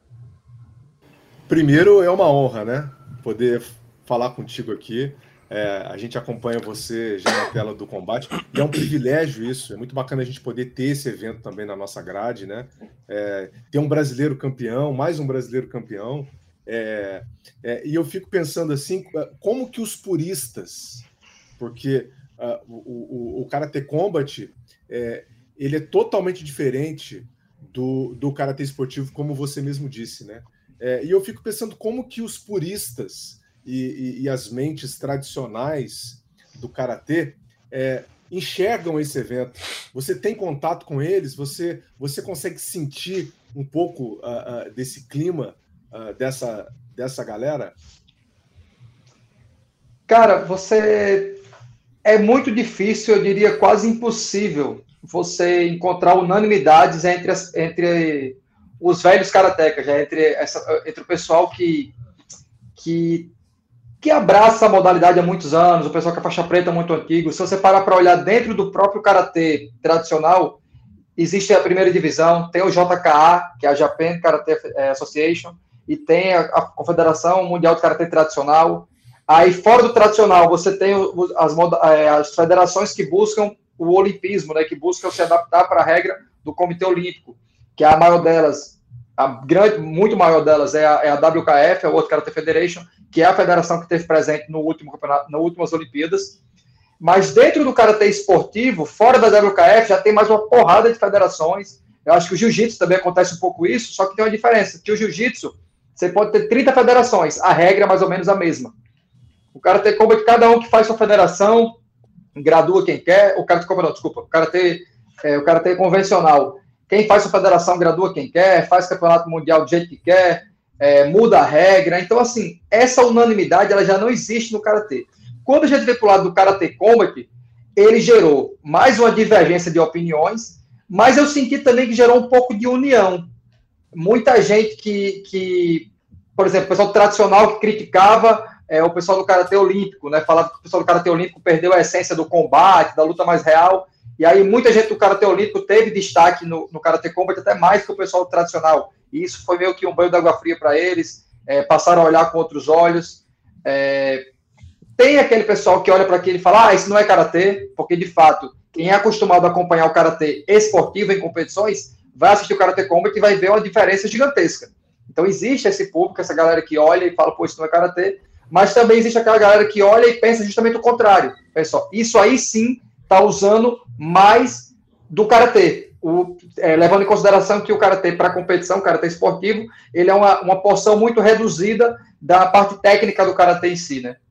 Speaker 3: primeiro é uma honra, né? Poder falar contigo aqui. É, a gente acompanha você já na tela do combate, e é um privilégio isso, é muito bacana a gente poder ter esse evento também na nossa grade, né? É, ter um brasileiro campeão, mais um brasileiro campeão, é, é, e eu fico pensando assim, como que os puristas, porque uh, o, o, o Karate Combat, é, ele é totalmente diferente do, do Karate esportivo, como você mesmo disse, né? É, e eu fico pensando como que os puristas E, e, e as mentes tradicionais do Karatê é, enxergam esse evento. Você tem contato com eles? Você, você consegue sentir um pouco uh, uh, desse clima uh, dessa, dessa galera?
Speaker 6: Cara, você... É muito difícil, eu diria quase impossível, você encontrar unanimidades entre, as, entre os velhos karatecas, né? entre, essa, entre o pessoal que... que que abraça a modalidade há muitos anos, o pessoal que é faixa preta muito antigo. Se você parar para olhar dentro do próprio karatê tradicional, existe a primeira divisão, tem o J K A, que é a Japan Karate Association, e tem a, a Confederação Mundial de Karatê Tradicional. Aí, fora do tradicional, você tem as, as federações que buscam o olimpismo, né, que buscam se adaptar para a regra do Comitê Olímpico, que é a maior delas, a grande, muito maior delas é a, é a W K F, a World Karate Federation, que é a federação que esteve presente no último campeonato, nas últimas Olimpíadas. Mas dentro do karatê esportivo, fora da W K F, já tem mais uma porrada de federações. Eu acho que o jiu-jitsu também acontece um pouco isso, só que tem uma diferença, que o jiu-jitsu, você pode ter trinta federações, a regra é mais ou menos a mesma. O karatê combat, cada um que faz sua federação, gradua quem quer, o karatê combat, não, desculpa, o karatê, é, o karatê convencional, quem faz sua federação gradua quem quer, faz campeonato mundial do jeito que quer, É, muda a regra. Então, assim, essa unanimidade ela já não existe no Karatê. Quando a gente vê para o lado do Karate Combat, ele gerou mais uma divergência de opiniões, mas eu senti também que gerou um pouco de união. Muita gente que, que por exemplo, o pessoal tradicional que criticava é, o pessoal do Karatê Olímpico, né, falava que o pessoal do Karatê Olímpico perdeu a essência do combate, da luta mais real, e aí muita gente do Karatê Olímpico teve destaque no, no Karate Combat, até mais que o pessoal tradicional. E isso foi meio que um banho de água fria para eles, é, passaram a olhar com outros olhos. É, tem aquele pessoal que olha para aquilo e fala, ah, isso não é karatê, porque de fato, quem é acostumado a acompanhar o karatê esportivo em competições, vai assistir o Karate Combat e vai ver uma diferença gigantesca. Então existe esse público, essa galera que olha e fala, pô, isso não é karatê, mas também existe aquela galera que olha e pensa justamente o contrário. Pessoal, isso aí sim está usando mais do karatê. O, é, levando em consideração que o karatê para competição, o karatê esportivo, ele é uma, uma porção muito reduzida da parte técnica do karatê em si, né?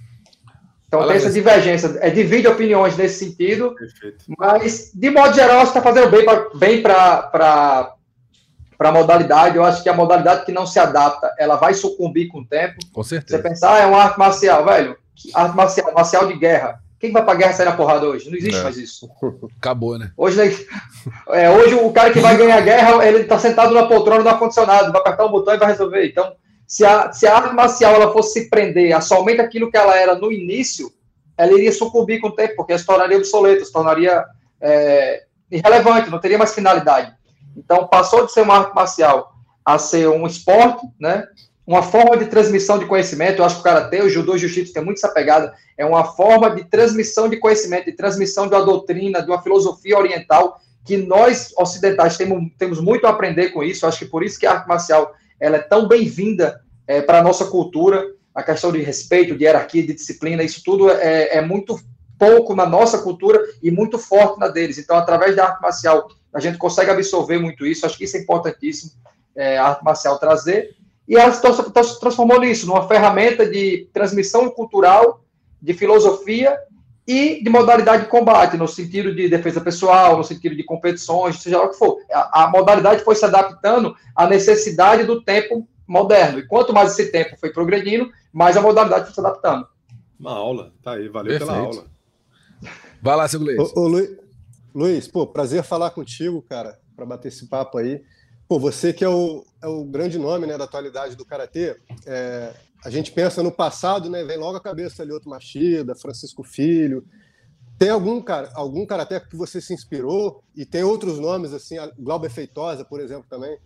Speaker 6: Então Fala tem essa divergência, é, divide opiniões nesse sentido, Perfeito. Mas de modo geral, acho que está fazendo bem para bem para a modalidade. Eu acho que a modalidade que não se adapta, ela vai sucumbir com o tempo.
Speaker 2: Com certeza.
Speaker 6: Você pensar, ah, é uma arte marcial, velho, arte marcial, marcial de guerra. Quem vai pra guerra sair na porrada hoje? Não existe é. mais isso.
Speaker 2: Acabou, né?
Speaker 6: Hoje, é, hoje o cara que vai ganhar a guerra, ele tá sentado na poltrona do ar-condicionado, vai apertar um botão e vai resolver. Então, se a, se a arte marcial ela fosse se prender a somente aquilo que ela era no início, ela iria sucumbir com o tempo, porque ela se tornaria obsoleta, se tornaria é, irrelevante, não teria mais finalidade. Então, passou de ser uma arte marcial a ser um esporte, né? Uma forma de transmissão de conhecimento. Eu acho que o karatê, o judô, o jiu-jitsu tem muito essa pegada. É uma forma de transmissão de conhecimento, de transmissão de uma doutrina, de uma filosofia oriental, que nós, ocidentais, temos, temos muito a aprender com isso. Eu acho que por isso que a arte marcial ela é tão bem-vinda é, para a nossa cultura. A questão de respeito, de hierarquia, de disciplina, isso tudo é, é muito pouco na nossa cultura e muito forte na deles. Então, através da arte marcial, a gente consegue absorver muito isso. Acho que isso é importantíssimo, é, a arte marcial trazer. E ela se transformou nisso, numa ferramenta de transmissão cultural, de filosofia e de modalidade de combate, no sentido de defesa pessoal, no sentido de competições, seja lá o que for. A, a modalidade foi se adaptando à necessidade do tempo moderno. E quanto mais esse tempo foi progredindo, mais a modalidade foi se adaptando.
Speaker 3: Uma aula, tá aí, valeu Perfeito. Pela aula.
Speaker 2: Vai lá, seu Luiz.
Speaker 5: Ô, ô, Luiz, Luiz, pô, prazer falar contigo, cara, para bater esse papo aí. Pô, você que é o, é o grande nome, né, da atualidade do Karatê, é, a gente pensa no passado, né, vem logo a cabeça ali, Lyoto Machida, Francisco Filho. Tem algum, cara, algum Karatê que você se inspirou? E tem outros nomes, assim, a Glauber Feitosa, por exemplo, também,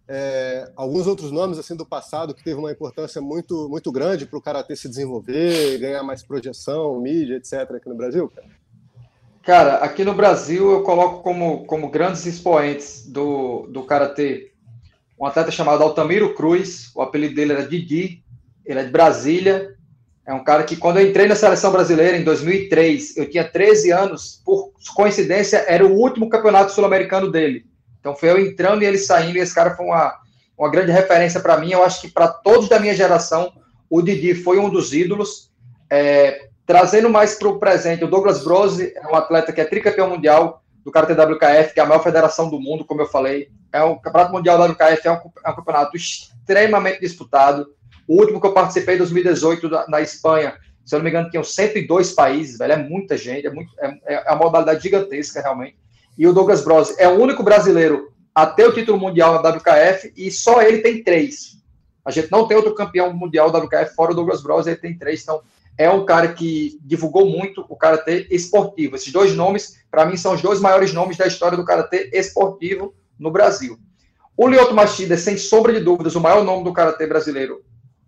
Speaker 5: é, alguns outros nomes assim do passado que teve uma importância muito, muito grande para o karatê se desenvolver, ganhar mais projeção, mídia, etcétera aqui no Brasil, cara?
Speaker 6: Cara, aqui no Brasil eu coloco como, como grandes expoentes do, do karatê um atleta chamado Altamiro Cruz, o apelido dele era Didi, ele é de Brasília, é um cara que quando eu entrei na seleção brasileira em dois mil e três, eu tinha treze anos, por coincidência era o último campeonato sul-americano dele, então foi eu entrando e ele saindo, e esse cara foi uma, uma grande referência para mim, eu acho que para todos da minha geração, o Didi foi um dos ídolos. É, trazendo mais para o presente, o Douglas Brose é um atleta que é tricampeão mundial do Karatê W K F, que é a maior federação do mundo, como eu falei. É um Campeonato Mundial W K F, é um, é um campeonato extremamente disputado. O último que eu participei, em dois mil e dezoito, na, na Espanha, se eu não me engano, tinham cento e dois países, velho, é muita gente, é, muito, é, é uma modalidade gigantesca, realmente. E o Douglas Brose é o único brasileiro a ter o título mundial na W K F, e só ele tem três. A gente não tem outro campeão mundial da W K F fora o Douglas Brose, ele tem três, então é um cara que divulgou muito o karatê esportivo. Esses dois nomes, para mim, são os dois maiores nomes da história do karatê esportivo no Brasil. O Lyoto Machida, sem sombra de dúvidas, o maior nome do karatê brasileiro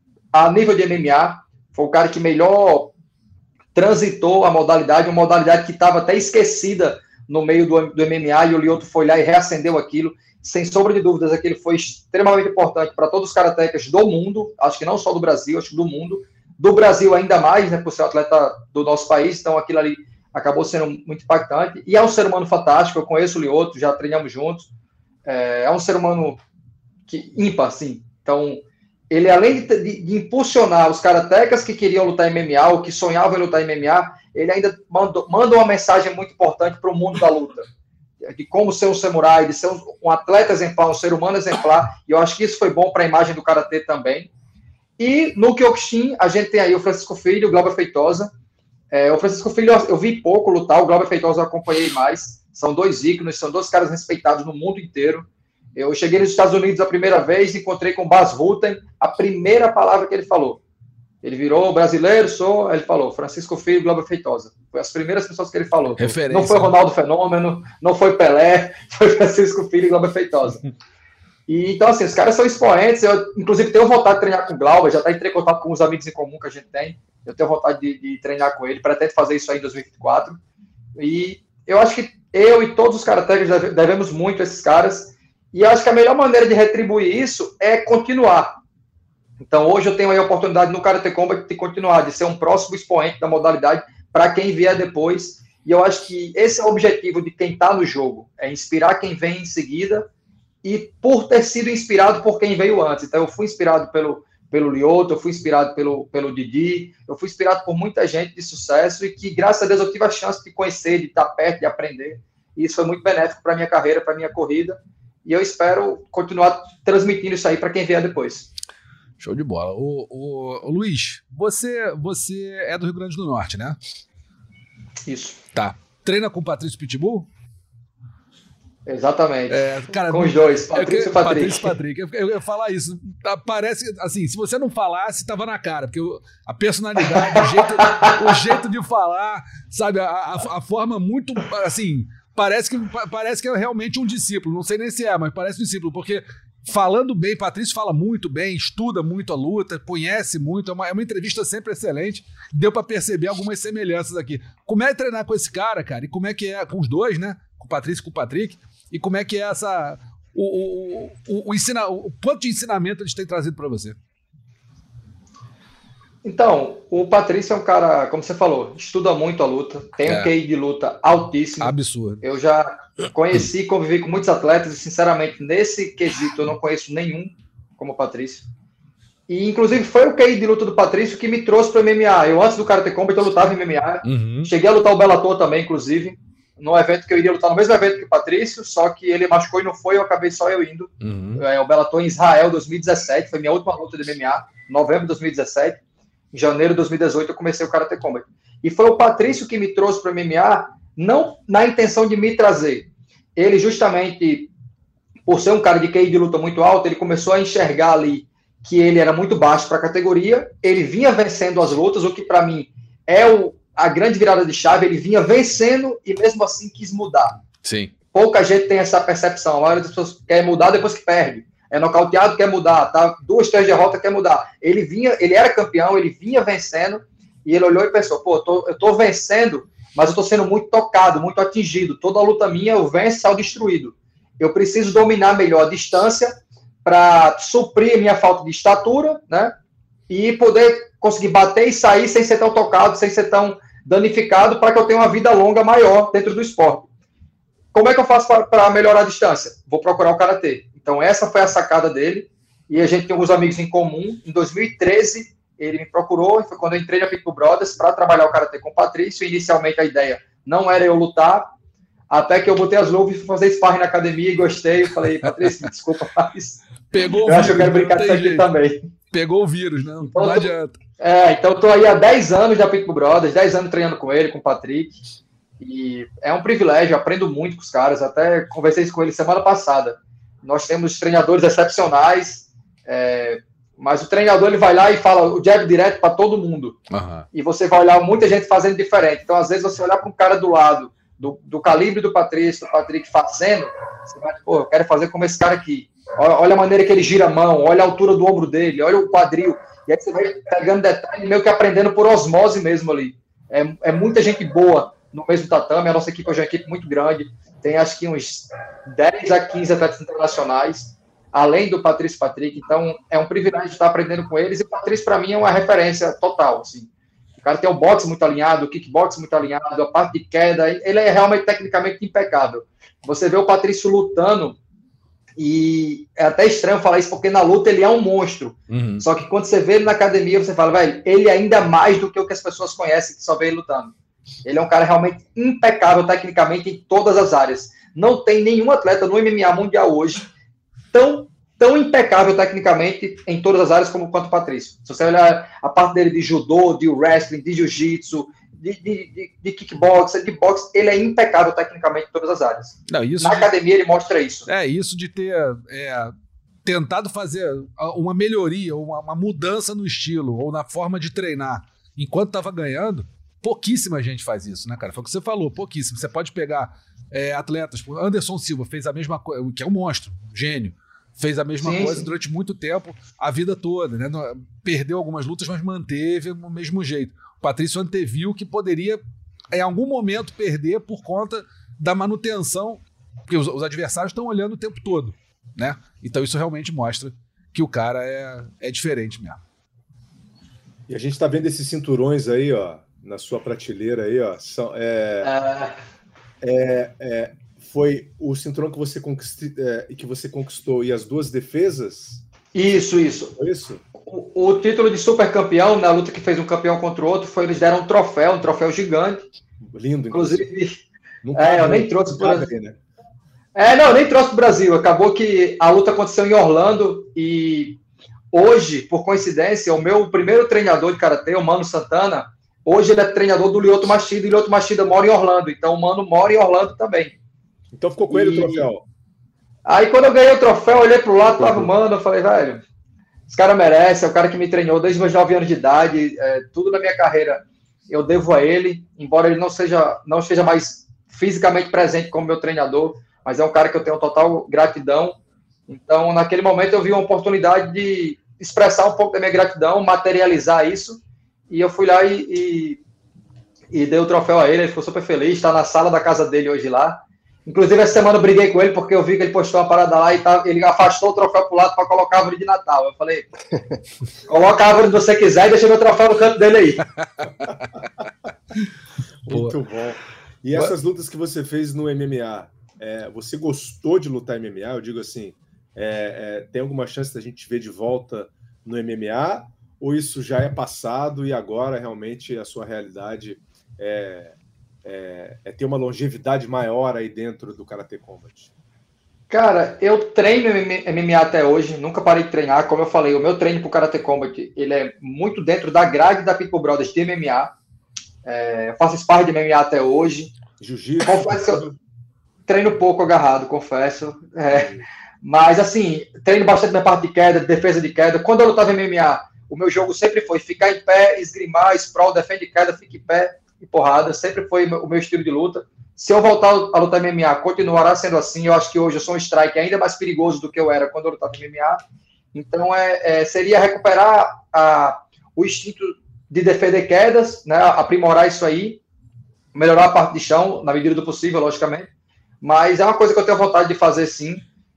Speaker 6: a nível de M M A, foi o cara que melhor transitou a modalidade, uma modalidade que estava até esquecida no meio do, do M M A, e o Lyoto foi lá e reacendeu aquilo. Sem sombra de dúvidas, aquilo foi extremamente importante para todos os karatecas do mundo, acho que não só do Brasil, acho que do mundo. Do Brasil ainda mais, né, por ser um atleta do nosso país, então aquilo ali acabou sendo muito impactante, e é um ser humano fantástico, eu conheço o Lyoto, já treinamos juntos, é, é um ser humano que, ímpar, assim, então ele além de, de, de impulsionar os karatecas que queriam lutar em M M A, ou que sonhavam em lutar em M M A, ele ainda mandou, manda uma mensagem muito importante para o mundo da luta, de como ser um samurai, de ser um, um atleta exemplar, um ser humano exemplar, e eu acho que isso foi bom para a imagem do karatê também. E no Kyokushin, a gente tem aí o Francisco Filho, o Glauber Feitosa. É, o Francisco Filho eu, eu vi pouco lutar, o Glauber Feitosa eu acompanhei mais. São dois ícones, são dois caras respeitados no mundo inteiro. Eu cheguei nos Estados Unidos a primeira vez, encontrei com o Bas Rutten, a primeira palavra que ele falou. Ele virou brasileiro, sou, ele falou, Francisco Filho, Glauber Feitosa. Foi as primeiras pessoas que ele falou.
Speaker 2: Referência.
Speaker 6: Não foi Ronaldo Fenômeno, não foi Pelé, foi Francisco Filho e Glauber Feitosa. E, então, assim, os caras são expoentes. Eu, inclusive, tenho vontade de treinar com o Glauber, já tá entrei em contato com os amigos em comum que a gente tem. Eu tenho vontade de, de treinar com ele, pretendo fazer isso aí em dois mil e vinte e quatro. E eu acho que eu e todos os karatecas devemos muito a esses caras. E eu acho que a melhor maneira de retribuir isso é continuar. Então, hoje eu tenho aí a oportunidade no Karate Combat de continuar, de ser um próximo expoente da modalidade para quem vier depois. E eu acho que esse é o objetivo de quem está no jogo, é inspirar quem vem em seguida, e por ter sido inspirado por quem veio antes. Então, eu fui inspirado pelo, pelo Lyoto, eu fui inspirado pelo, pelo Didi, eu fui inspirado por muita gente de sucesso e que, graças a Deus, eu tive a chance de conhecer, de estar perto, de aprender. E isso foi muito benéfico para a minha carreira, para a minha corrida. E eu espero continuar transmitindo isso aí para quem vier depois.
Speaker 2: Show de bola. O, o, o Luiz, você, você é do Rio Grande do Norte, né?
Speaker 6: Isso.
Speaker 2: Tá. Treina com o Patrício Pitbull?
Speaker 6: Exatamente.
Speaker 2: É, cara,
Speaker 6: com os dois, Patrício e Patrick.
Speaker 2: Patrício e Patrick. Eu, eu, eu ia falar isso. Parece, assim, se você não falasse, tava na cara, porque a personalidade, o jeito, o jeito de falar, sabe, a, a, a forma muito, assim, parece que, parece que é realmente um discípulo. Não sei nem se é, mas parece um discípulo, porque falando bem, Patrício fala muito bem, estuda muito a luta, conhece muito, é uma, é uma entrevista sempre excelente. Deu pra perceber algumas semelhanças aqui. Como é treinar com esse cara, cara? E como é que é com os dois, né? Com o Patrício e com o Patrick? E como é que é essa... O, o, o, o, ensina, o quanto de ensinamento eles têm trazido para você?
Speaker 6: Então, o Patrício é um cara, como você falou, estuda muito a luta, tem é. um Q I de luta altíssimo.
Speaker 2: Absurdo.
Speaker 6: Eu já conheci, convivi com muitos atletas e, sinceramente, nesse quesito eu não conheço nenhum como o Patrício. E, inclusive, foi o Q I de luta do Patrício que me trouxe para o M M A. Eu, antes do Karate Combat, eu lutava em M M A. Uhum. Cheguei a lutar o Bellator também, inclusive, no evento que eu iria lutar, no mesmo evento que o Patrício, só que ele machucou e não foi, eu acabei só eu indo. Uhum. É, o Bellator em Israel, dois mil e dezessete, foi minha última luta de M M A, novembro de dois mil e dezessete. Em janeiro de dois mil e dezoito eu comecei o Karate Combat. E foi o Patrício que me trouxe para o M M A, não na intenção de me trazer. Ele justamente, por ser um cara de Q I de luta muito alto, ele começou a enxergar ali que ele era muito baixo para a categoria, ele vinha vencendo as lutas, o que para mim é o, a grande virada de chave, ele vinha vencendo e mesmo assim quis mudar.
Speaker 2: Sim.
Speaker 6: Pouca gente tem essa percepção, a maioria das pessoas quer mudar depois que perde. é nocauteado, quer mudar, tá? Duas, três derrotas, quer mudar. Ele vinha, ele era campeão, ele vinha vencendo, e ele olhou e pensou, pô, eu tô, eu tô vencendo, mas eu tô sendo muito tocado, muito atingido. Toda a luta minha, eu venço e saio destruído. Eu preciso dominar melhor a distância para suprir a minha falta de estatura, né? E poder conseguir bater e sair sem ser tão tocado, sem ser tão danificado, para que eu tenha uma vida longa maior dentro do esporte. Como é que eu faço para melhorar a distância? Vou procurar o karatê. Então, essa foi a sacada dele. E a gente tem alguns amigos em comum. Em dois mil e treze, ele me procurou. Foi quando eu entrei na Pitbull Brothers para trabalhar o karatê com o Patrício. Inicialmente, a ideia não era eu lutar. Até que eu botei as luvas e fui fazer sparring na academia e gostei. Eu falei, Patrício, desculpa, mas
Speaker 2: Pegou o
Speaker 6: eu
Speaker 2: vírus,
Speaker 6: acho que eu quero brincar disso aqui
Speaker 2: jeito.
Speaker 6: também.
Speaker 2: Pegou o vírus, né?
Speaker 6: Então,
Speaker 2: não adianta.
Speaker 6: É, então eu tô aí há dez anos da Pitbull Brothers, dez anos treinando com ele, com o Patrick. E é um privilégio, eu aprendo muito com os caras. Até conversei isso com ele semana passada. Nós temos treinadores excepcionais, é, mas o treinador ele vai lá e fala o jab direto para todo mundo.
Speaker 2: Uhum.
Speaker 6: E você vai olhar muita gente fazendo diferente. Então, às vezes, você olhar para um cara do lado, do, do calibre do Patrício, do Patrick fazendo, você vai, pô, eu quero fazer como esse cara aqui. Olha a maneira que ele gira a mão, olha a altura do ombro dele, olha o quadril. E aí você vai pegando detalhe, meio que aprendendo por osmose mesmo ali. É, é muita gente boa no mesmo tatame. A nossa equipe hoje é uma equipe muito grande. Tem acho que uns dez a quinze atletas internacionais, além do Patrício e Patrick. Então é um privilégio estar aprendendo com eles. E o Patrício, para mim, é uma referência total. Assim. O cara tem o boxe muito alinhado, o kickbox muito alinhado, a parte de queda. Ele é realmente tecnicamente impecável. Você vê o Patrício lutando. E é até estranho falar isso, porque na luta ele é um monstro. Uhum. Só que quando você vê ele na academia, você fala, velho, ele é ainda mais do que o que as pessoas conhecem, que só vê ele lutando. Ele é um cara realmente impecável tecnicamente em todas as áreas. Não tem nenhum atleta no M M A mundial hoje tão, tão impecável tecnicamente em todas as áreas como quanto o Patrício. Se você olhar a parte dele de judô, de wrestling, de jiu-jitsu, de, de, de, de kickbox, de boxe, ele é impecável tecnicamente em todas as áreas.
Speaker 2: Não, isso
Speaker 6: Na
Speaker 2: de,
Speaker 6: academia ele mostra isso.
Speaker 2: É, isso de ter é, tentado fazer uma melhoria, uma, uma mudança no estilo ou na forma de treinar enquanto estava ganhando, pouquíssima gente faz isso, né, cara? Foi o que você falou, pouquíssimo. Você pode pegar é, atletas, Anderson Silva fez a mesma coisa, que é um monstro, um gênio, fez a mesma sim, coisa sim. durante muito tempo, a vida toda, né? Perdeu algumas lutas, mas manteve o mesmo jeito. O Patrício anteviu que poderia, em algum momento, perder por conta da manutenção, porque os, os adversários estão olhando o tempo todo, né? Então isso realmente mostra que o cara é, é diferente mesmo.
Speaker 3: E a gente tá vendo esses cinturões aí, ó, na sua prateleira aí, ó. São, é,
Speaker 6: ah.
Speaker 3: é, é, foi o cinturão que você, conquist, é, que você conquistou e as duas defesas?
Speaker 6: Isso, isso.
Speaker 3: Foi isso?
Speaker 6: O, o título de super campeão, na luta que fez um campeão contra o outro, foi eles deram um troféu, um troféu gigante.
Speaker 3: Lindo,
Speaker 6: inclusive.
Speaker 3: inclusive.
Speaker 6: É, eu nem trouxe para o Brasil. Né? É, não, eu nem trouxe para o Brasil. Acabou que a luta aconteceu em Orlando e hoje, por coincidência, o meu primeiro treinador de karatê, o Mano Santana, hoje ele é treinador do Lyoto Machida e o Lyoto Machida mora em Orlando. Então o Mano mora em Orlando também.
Speaker 3: Então ficou com ele e... o troféu.
Speaker 6: Aí quando eu ganhei o troféu, eu olhei pro lado, tava o Mano, eu falei, velho, esse cara merece, é o cara que me treinou desde meus nove anos de idade, é, tudo na minha carreira eu devo a ele, embora ele não seja, não esteja mais fisicamente presente como meu treinador, mas é um cara que eu tenho total gratidão. Então, naquele momento eu vi uma oportunidade de expressar um pouco da minha gratidão, materializar isso, e eu fui lá e, e, e dei o troféu a ele, ele ficou super feliz, está na sala da casa dele hoje lá. Inclusive, essa semana eu briguei com ele porque eu vi que ele postou uma parada lá e tá, ele afastou o troféu pro lado para colocar a árvore de Natal. Eu falei, coloca a árvore que você quiser e deixa meu troféu no canto dele aí.
Speaker 3: Muito bom. E essas lutas que você fez no M M A, é, você gostou de lutar M M A? Eu digo assim, é, é, tem alguma chance da gente ver de volta no M M A? Ou isso já é passado e agora realmente a sua realidade é... É, é ter uma longevidade maior aí dentro do Karate Combat?
Speaker 6: Cara, eu treino M M A até hoje, nunca parei de treinar. Como eu falei, o meu treino pro Karate Combat, ele é muito dentro da grade da Pitbull Brothers de M M A. É, eu faço sparring de M M A até hoje.
Speaker 3: Jiu-jitsu?
Speaker 6: Confesso que eu treino pouco agarrado, confesso. É, mas, assim, treino bastante minha parte de queda, de defesa de queda. Quando eu lutava em M M A, o meu jogo sempre foi ficar em pé, esgrimar, sprawl, defende queda, fica em pé. e porrada, sempre foi o meu estilo de luta. Se eu voltar a lutar M M A, continuará sendo assim. Eu acho que hoje eu sou um strike ainda mais perigoso do que eu era quando eu lutava M M A. Então, é, é, seria recuperar a, o instinto de defender quedas, né, aprimorar isso aí, melhorar a parte de chão, na medida do possível, logicamente. Mas é uma coisa que eu tenho vontade de fazer, sim.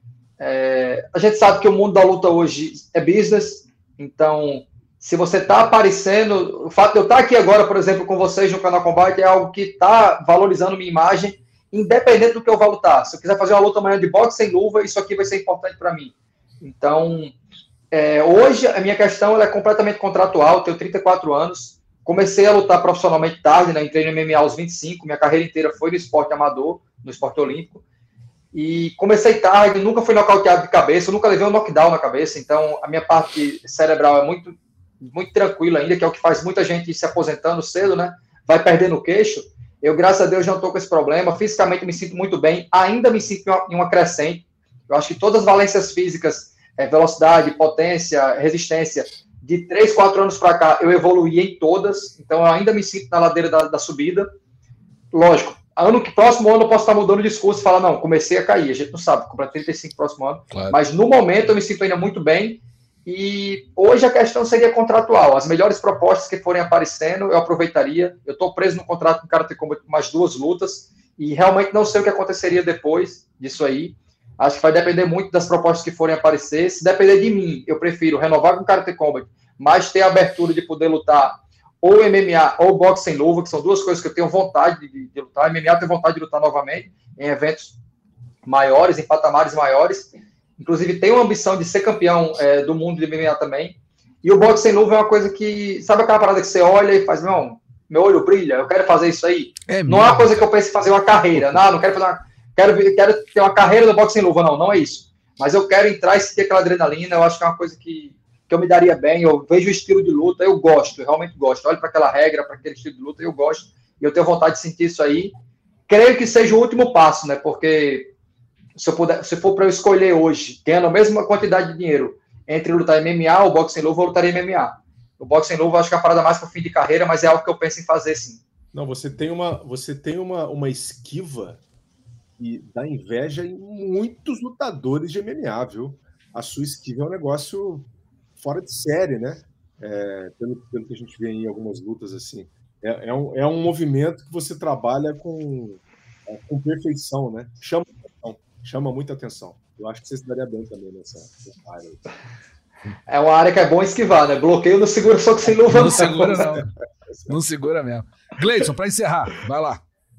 Speaker 6: É, a gente sabe que o mundo da luta hoje é business, então, se você está aparecendo, o fato de eu estar aqui agora, por exemplo, com vocês no Canal Combate é algo que está valorizando minha imagem, independente do que eu vá lutar. Se eu quiser fazer uma luta amanhã de boxe sem luva, isso aqui vai ser importante para mim. Então, é, hoje a minha questão ela é completamente contratual, eu tenho trinta e quatro anos, comecei a lutar profissionalmente tarde, né, entrei no M M A aos vinte e cinco, minha carreira inteira foi no esporte amador, no esporte olímpico, e comecei tarde, nunca fui nocauteado de cabeça, eu nunca levei um knockdown na cabeça, então a minha parte cerebral é muito, muito tranquila ainda, que é o que faz muita gente ir se aposentando cedo, né, vai perdendo o queixo. Eu, graças a Deus, não estou com esse problema, fisicamente me sinto muito bem, ainda me sinto em uma, em uma crescente. Eu acho que todas as valências físicas, é, velocidade, potência, resistência, de três, quatro anos para cá, eu evoluí em todas, então eu ainda me sinto na ladeira da, da subida. Lógico, ano que próximo ano eu posso estar mudando o discurso e falar, não, comecei a cair, a gente não sabe, comprar trinta e cinco próximo ano, claro. Mas no momento eu me sinto ainda muito bem, e hoje a questão seria contratual, as melhores propostas que forem aparecendo, eu aproveitaria, eu estou preso no contrato com o Karate Combat com mais duas lutas, e realmente não sei o que aconteceria depois disso aí. Acho que vai depender muito das propostas que forem aparecer. Se depender de mim, eu prefiro renovar com o Karate Combat, mas ter a abertura de poder lutar ou M M A ou boxe sem luva, que são duas coisas que eu tenho vontade de, de lutar. M M A eu tenho vontade de lutar novamente em eventos maiores, em patamares maiores. Inclusive, tenho uma ambição de ser campeão é, do mundo de M M A também. E o boxe sem luva é uma coisa que... Sabe aquela parada que você olha e faz, não, meu olho brilha, eu quero fazer isso aí. É não é uma coisa que eu pense em fazer uma carreira. Não, não quero fazer uma... Quero, quero ter uma carreira no boxe sem luva, não, não é isso. Mas eu quero entrar e sentir aquela adrenalina, eu acho que é uma coisa que, que eu me daria bem, eu vejo o estilo de luta, eu gosto, eu realmente gosto. Olho para aquela regra, para aquele estilo de luta, eu gosto, e eu tenho vontade de sentir isso aí. Creio que seja o último passo, né, porque se, eu puder, se for para eu escolher hoje, ganhando a mesma quantidade de dinheiro entre lutar M M A ou boxe sem luva, eu lutaria M M A. O boxe sem luva eu acho que é a parada mais para o fim de carreira, mas é algo que eu penso em fazer, sim.
Speaker 3: Não, você tem uma, você tem uma, uma esquiva e dá inveja em muitos lutadores de M M A, viu? A sua esquiva é um negócio fora de série, né? É, pelo, pelo que a gente vê em algumas lutas, assim. É, é, um, é um movimento que você trabalha com, é, com perfeição, né? Chama atenção, chama muita atenção. Eu acho que você se daria bem também nessa, nessa área.
Speaker 6: É uma área que é bom esquivar, né? Bloqueio não segura só que sem luva.
Speaker 2: Não segura, não. Não segura mesmo. Gleison, para encerrar, vai lá.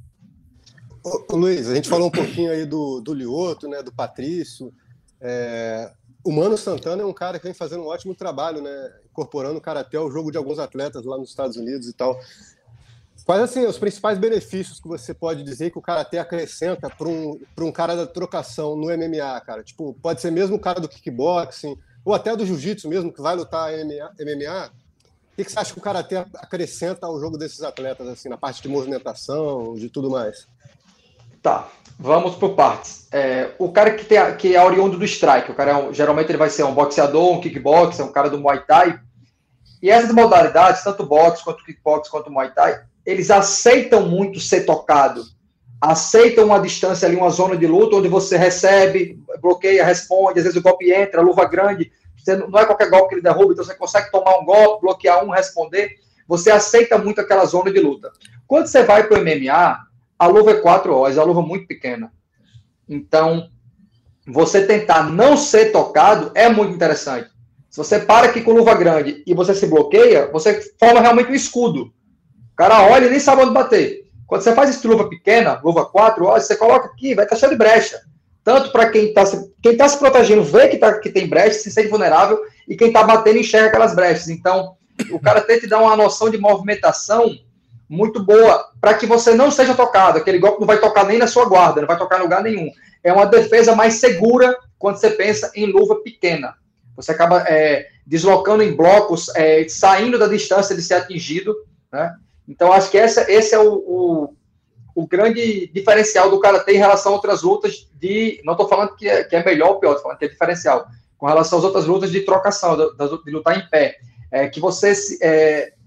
Speaker 5: Ô, Luiz, a gente falou um pouquinho aí do, do Lioto, né, do Patrício. É, o Mano Santana é um cara que vem fazendo um ótimo trabalho, né, incorporando o karatê ao jogo de alguns atletas lá nos Estados Unidos e tal. Quais assim, os principais benefícios que você pode dizer que o karatê acrescenta para um, para um cara da trocação no M M A, cara? Tipo, pode ser mesmo o cara do kickboxing, ou até do jiu-jitsu mesmo, que vai lutar M M A. O que, que você acha que o karatê acrescenta ao jogo desses atletas, assim, na parte de movimentação, de tudo mais?
Speaker 6: Tá, vamos por partes. É, o cara que, tem a, que é oriundo do strike, o cara é um, geralmente ele vai ser um boxeador, um kickboxer, um cara do Muay Thai. E essas modalidades, tanto boxe, quanto kickbox, quanto Muay Thai, eles aceitam muito ser tocado. Aceitam uma distância ali, uma zona de luta, onde você recebe, bloqueia, responde, às vezes o golpe entra, a luva grande, você não é qualquer golpe que ele derruba, então você consegue tomar um golpe, bloquear um, responder. Você aceita muito aquela zona de luta. Quando você vai para o M M A, a luva é quatro horas, é uma luva muito pequena. Então, você tentar não ser tocado é muito interessante. Se você para aqui com luva grande e você se bloqueia, você forma realmente um escudo. O cara olha e nem sabe onde bater. Quando você faz isso de luva pequena, luva quatro horas, você coloca aqui, vai estar cheio de brecha. Tanto para quem está quem tá se protegendo vê que, tá, que tem brecha, se sente vulnerável, e quem está batendo enxerga aquelas brechas. Então, o cara tem que dar uma noção de movimentação muito boa, para que você não seja tocado. Aquele golpe não vai tocar nem na sua guarda, não vai tocar em lugar nenhum. É uma defesa mais segura quando você pensa em luva pequena. Você acaba é, deslocando em blocos, é, saindo da distância de ser atingido, né? Então, acho que essa, esse é o, o, o grande diferencial do karatê em relação a outras lutas de... Não estou falando que é, que é melhor ou pior, estou falando que é diferencial. Com relação às outras lutas de trocação, de, de lutar em pé. É, que você... É,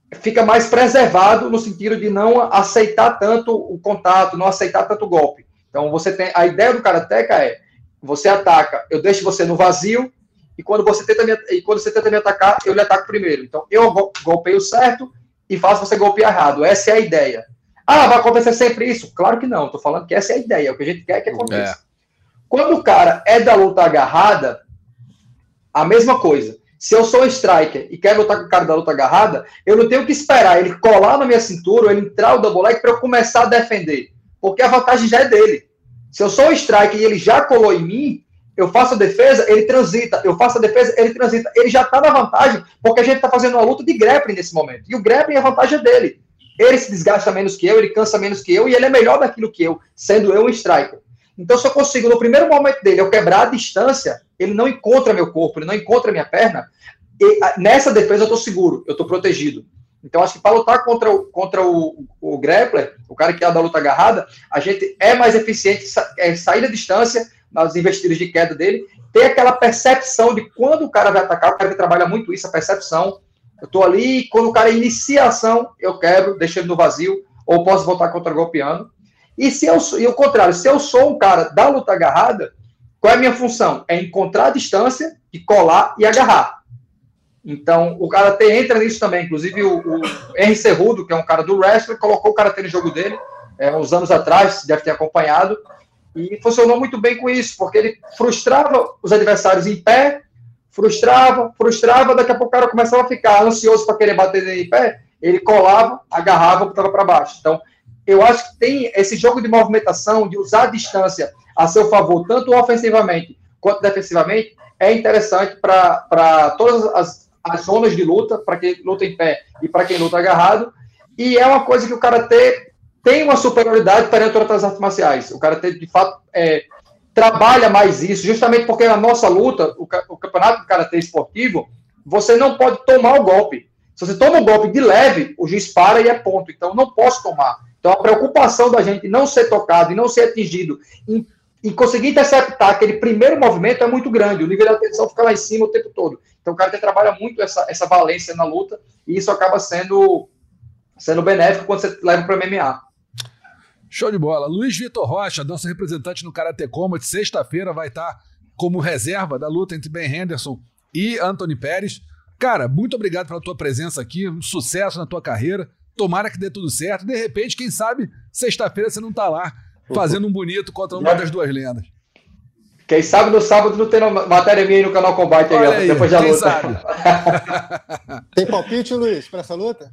Speaker 6: fica mais preservado no sentido de não aceitar tanto o contato, não aceitar tanto o golpe. Então, você tem a ideia do karateka é, você ataca, eu deixo você no vazio, e quando você tenta me, e quando você tenta me atacar, eu lhe ataco primeiro. Então, eu golpeio certo e faço você golpear errado. Essa é a ideia. Ah, vai acontecer sempre isso? Claro que não. Estou falando que essa é a ideia. O que a gente quer que aconteça. É. Quando o cara é da luta agarrada, a mesma coisa. Se eu sou um striker e quero lutar com o cara da luta agarrada, eu não tenho que esperar ele colar na minha cintura, ou ele entrar o double leg para eu começar a defender. Porque a vantagem já é dele. Se eu sou um striker e ele já colou em mim, eu faço a defesa, ele transita. Eu faço a defesa, ele transita. Ele já está na vantagem, porque a gente está fazendo uma luta de grappling nesse momento. E o grappling, a vantagem é dele. Ele se desgasta menos que eu, ele cansa menos que eu, e ele é melhor daquilo que eu, sendo eu um striker. Então, se eu consigo, no primeiro momento dele, eu quebrar a distância, ele não encontra meu corpo, ele não encontra minha perna, e nessa defesa eu estou seguro, eu estou protegido. Então, acho que para lutar contra, o, contra o, o grappler, o cara que é da luta agarrada, a gente é mais eficiente é sair da distância, nas investidas de queda dele, ter aquela percepção de quando o cara vai atacar, o cara que trabalha muito isso, a percepção. Eu estou ali, quando o cara inicia a ação, eu quebro, deixo ele no vazio, ou posso voltar contra-golpeando. E se eu e o contrário, se eu sou um cara da luta agarrada, qual é a minha função? É encontrar a distância, e colar e agarrar. Então, o Karatê entra nisso também. Inclusive, o, o Henry Cerrudo, que é um cara do wrestling, colocou o Karatê no jogo dele, é, uns anos atrás, deve ter acompanhado, e funcionou muito bem com isso, porque ele frustrava os adversários em pé, frustrava, frustrava, daqui a pouco o cara começava a ficar ansioso para querer bater nele em pé, ele colava, agarrava, botava para baixo. Então, eu acho que tem esse jogo de movimentação, de usar a distância a seu favor, tanto ofensivamente quanto defensivamente, é interessante para todas as, as zonas de luta, para quem luta em pé e para quem luta agarrado, e é uma coisa que o Karatê tem uma superioridade perante outras artes marciais. O Karatê, de fato, é, trabalha mais isso, justamente porque na nossa luta, o, o campeonato de Karatê esportivo, você não pode tomar o golpe. Se você toma o golpe de leve, o juiz para e é ponto. Então, não posso tomar. Então, a preocupação da gente não ser tocado e não ser atingido em, em conseguir interceptar aquele primeiro movimento é muito grande. O nível de atenção fica lá em cima o tempo todo. Então, o Karatê trabalha muito essa, essa valência na luta e isso acaba sendo, sendo benéfico quando você leva para o M M A.
Speaker 2: Show de bola. Luiz Vitor Rocha, nosso representante no Karate Combat, sexta-feira vai estar como reserva da luta entre Ben Henderson e Anthony Pérez. Cara, muito obrigado pela tua presença aqui, um sucesso na tua carreira. Tomara que dê tudo certo. De repente, quem sabe, sexta-feira você não tá lá fazendo um bonito contra uma das duas lendas.
Speaker 6: Quem sabe no sábado não tem matéria minha aí no canal Combate aí,
Speaker 2: aí,
Speaker 6: depois da
Speaker 2: quem
Speaker 6: luta.
Speaker 2: Sabe?
Speaker 5: Tem palpite, Luiz, para essa luta?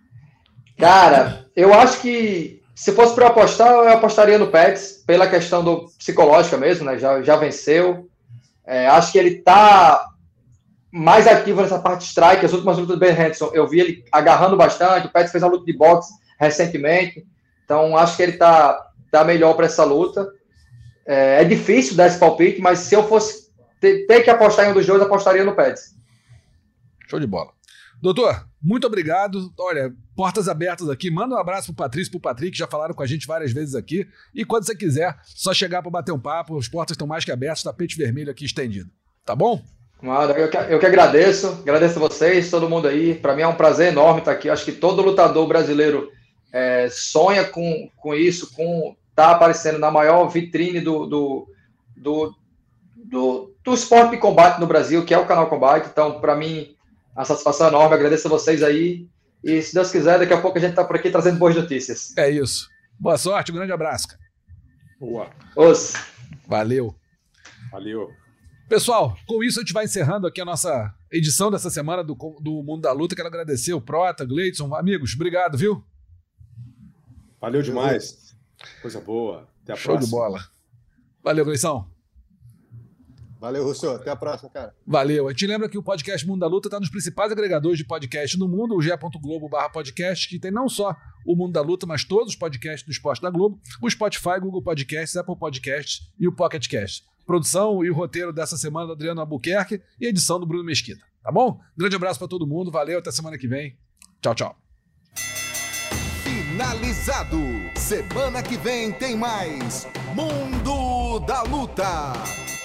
Speaker 6: Cara, eu acho que se fosse para apostar, eu apostaria no Pérez, pela questão do psicológica mesmo, né? Já, já venceu. É, acho que ele tá mais ativo nessa parte de strike. As últimas lutas do Ben Henderson, eu vi ele agarrando bastante. O Pérez fez uma luta de boxe recentemente. Então, acho que ele tá, tá melhor para essa luta. É, é difícil dar esse palpite, mas se eu fosse ter, ter que apostar em um dos dois, eu apostaria no Pérez.
Speaker 2: Show de bola. Doutor, muito obrigado. Olha, portas abertas aqui. Manda um abraço pro Patrício e pro Patrick, que já falaram com a gente várias vezes aqui. E quando você quiser, só chegar para bater um papo. As portas estão mais que abertas, tapete vermelho aqui estendido. Tá bom?
Speaker 6: Eu que, eu que agradeço. Agradeço a vocês, todo mundo aí. Para mim é um prazer enorme estar aqui. Acho que todo lutador brasileiro é, sonha com, com isso, com estar tá aparecendo na maior vitrine do, do, do, do, do esporte de combate no Brasil, que é o canal Combate. Então, para mim, a satisfação é enorme. Agradeço a vocês aí. E se Deus quiser, daqui a pouco a gente está por aqui trazendo boas notícias.
Speaker 2: É isso. Boa sorte, um grande abraço.
Speaker 3: Boa.
Speaker 6: Os.
Speaker 2: Valeu.
Speaker 3: Valeu.
Speaker 2: Pessoal, com isso a gente vai encerrando aqui a nossa edição dessa semana do, do Mundo da Luta. Quero agradecer o Prota, Gleidson, amigos, obrigado, viu?
Speaker 3: Valeu demais. Coisa boa. Até a
Speaker 2: Show
Speaker 3: próxima.
Speaker 2: de bola. Valeu, Gleison.
Speaker 5: Valeu, Russo. Até a próxima, cara.
Speaker 2: Valeu. A gente lembra que o podcast Mundo da Luta está nos principais agregadores de podcast no mundo, o ge ponto globo barra podcast, que tem não só o Mundo da Luta, mas todos os podcasts do esporte da Globo, o Spotify, Google Podcasts, Apple Podcasts e o Pocket Cast. Produção e o roteiro dessa semana do Adriano Albuquerque e edição do Bruno Mesquita. Tá bom? Grande abraço para todo mundo. Valeu. Até semana que vem. Tchau, tchau.
Speaker 1: Finalizado. Semana que vem tem mais Mundo da Luta.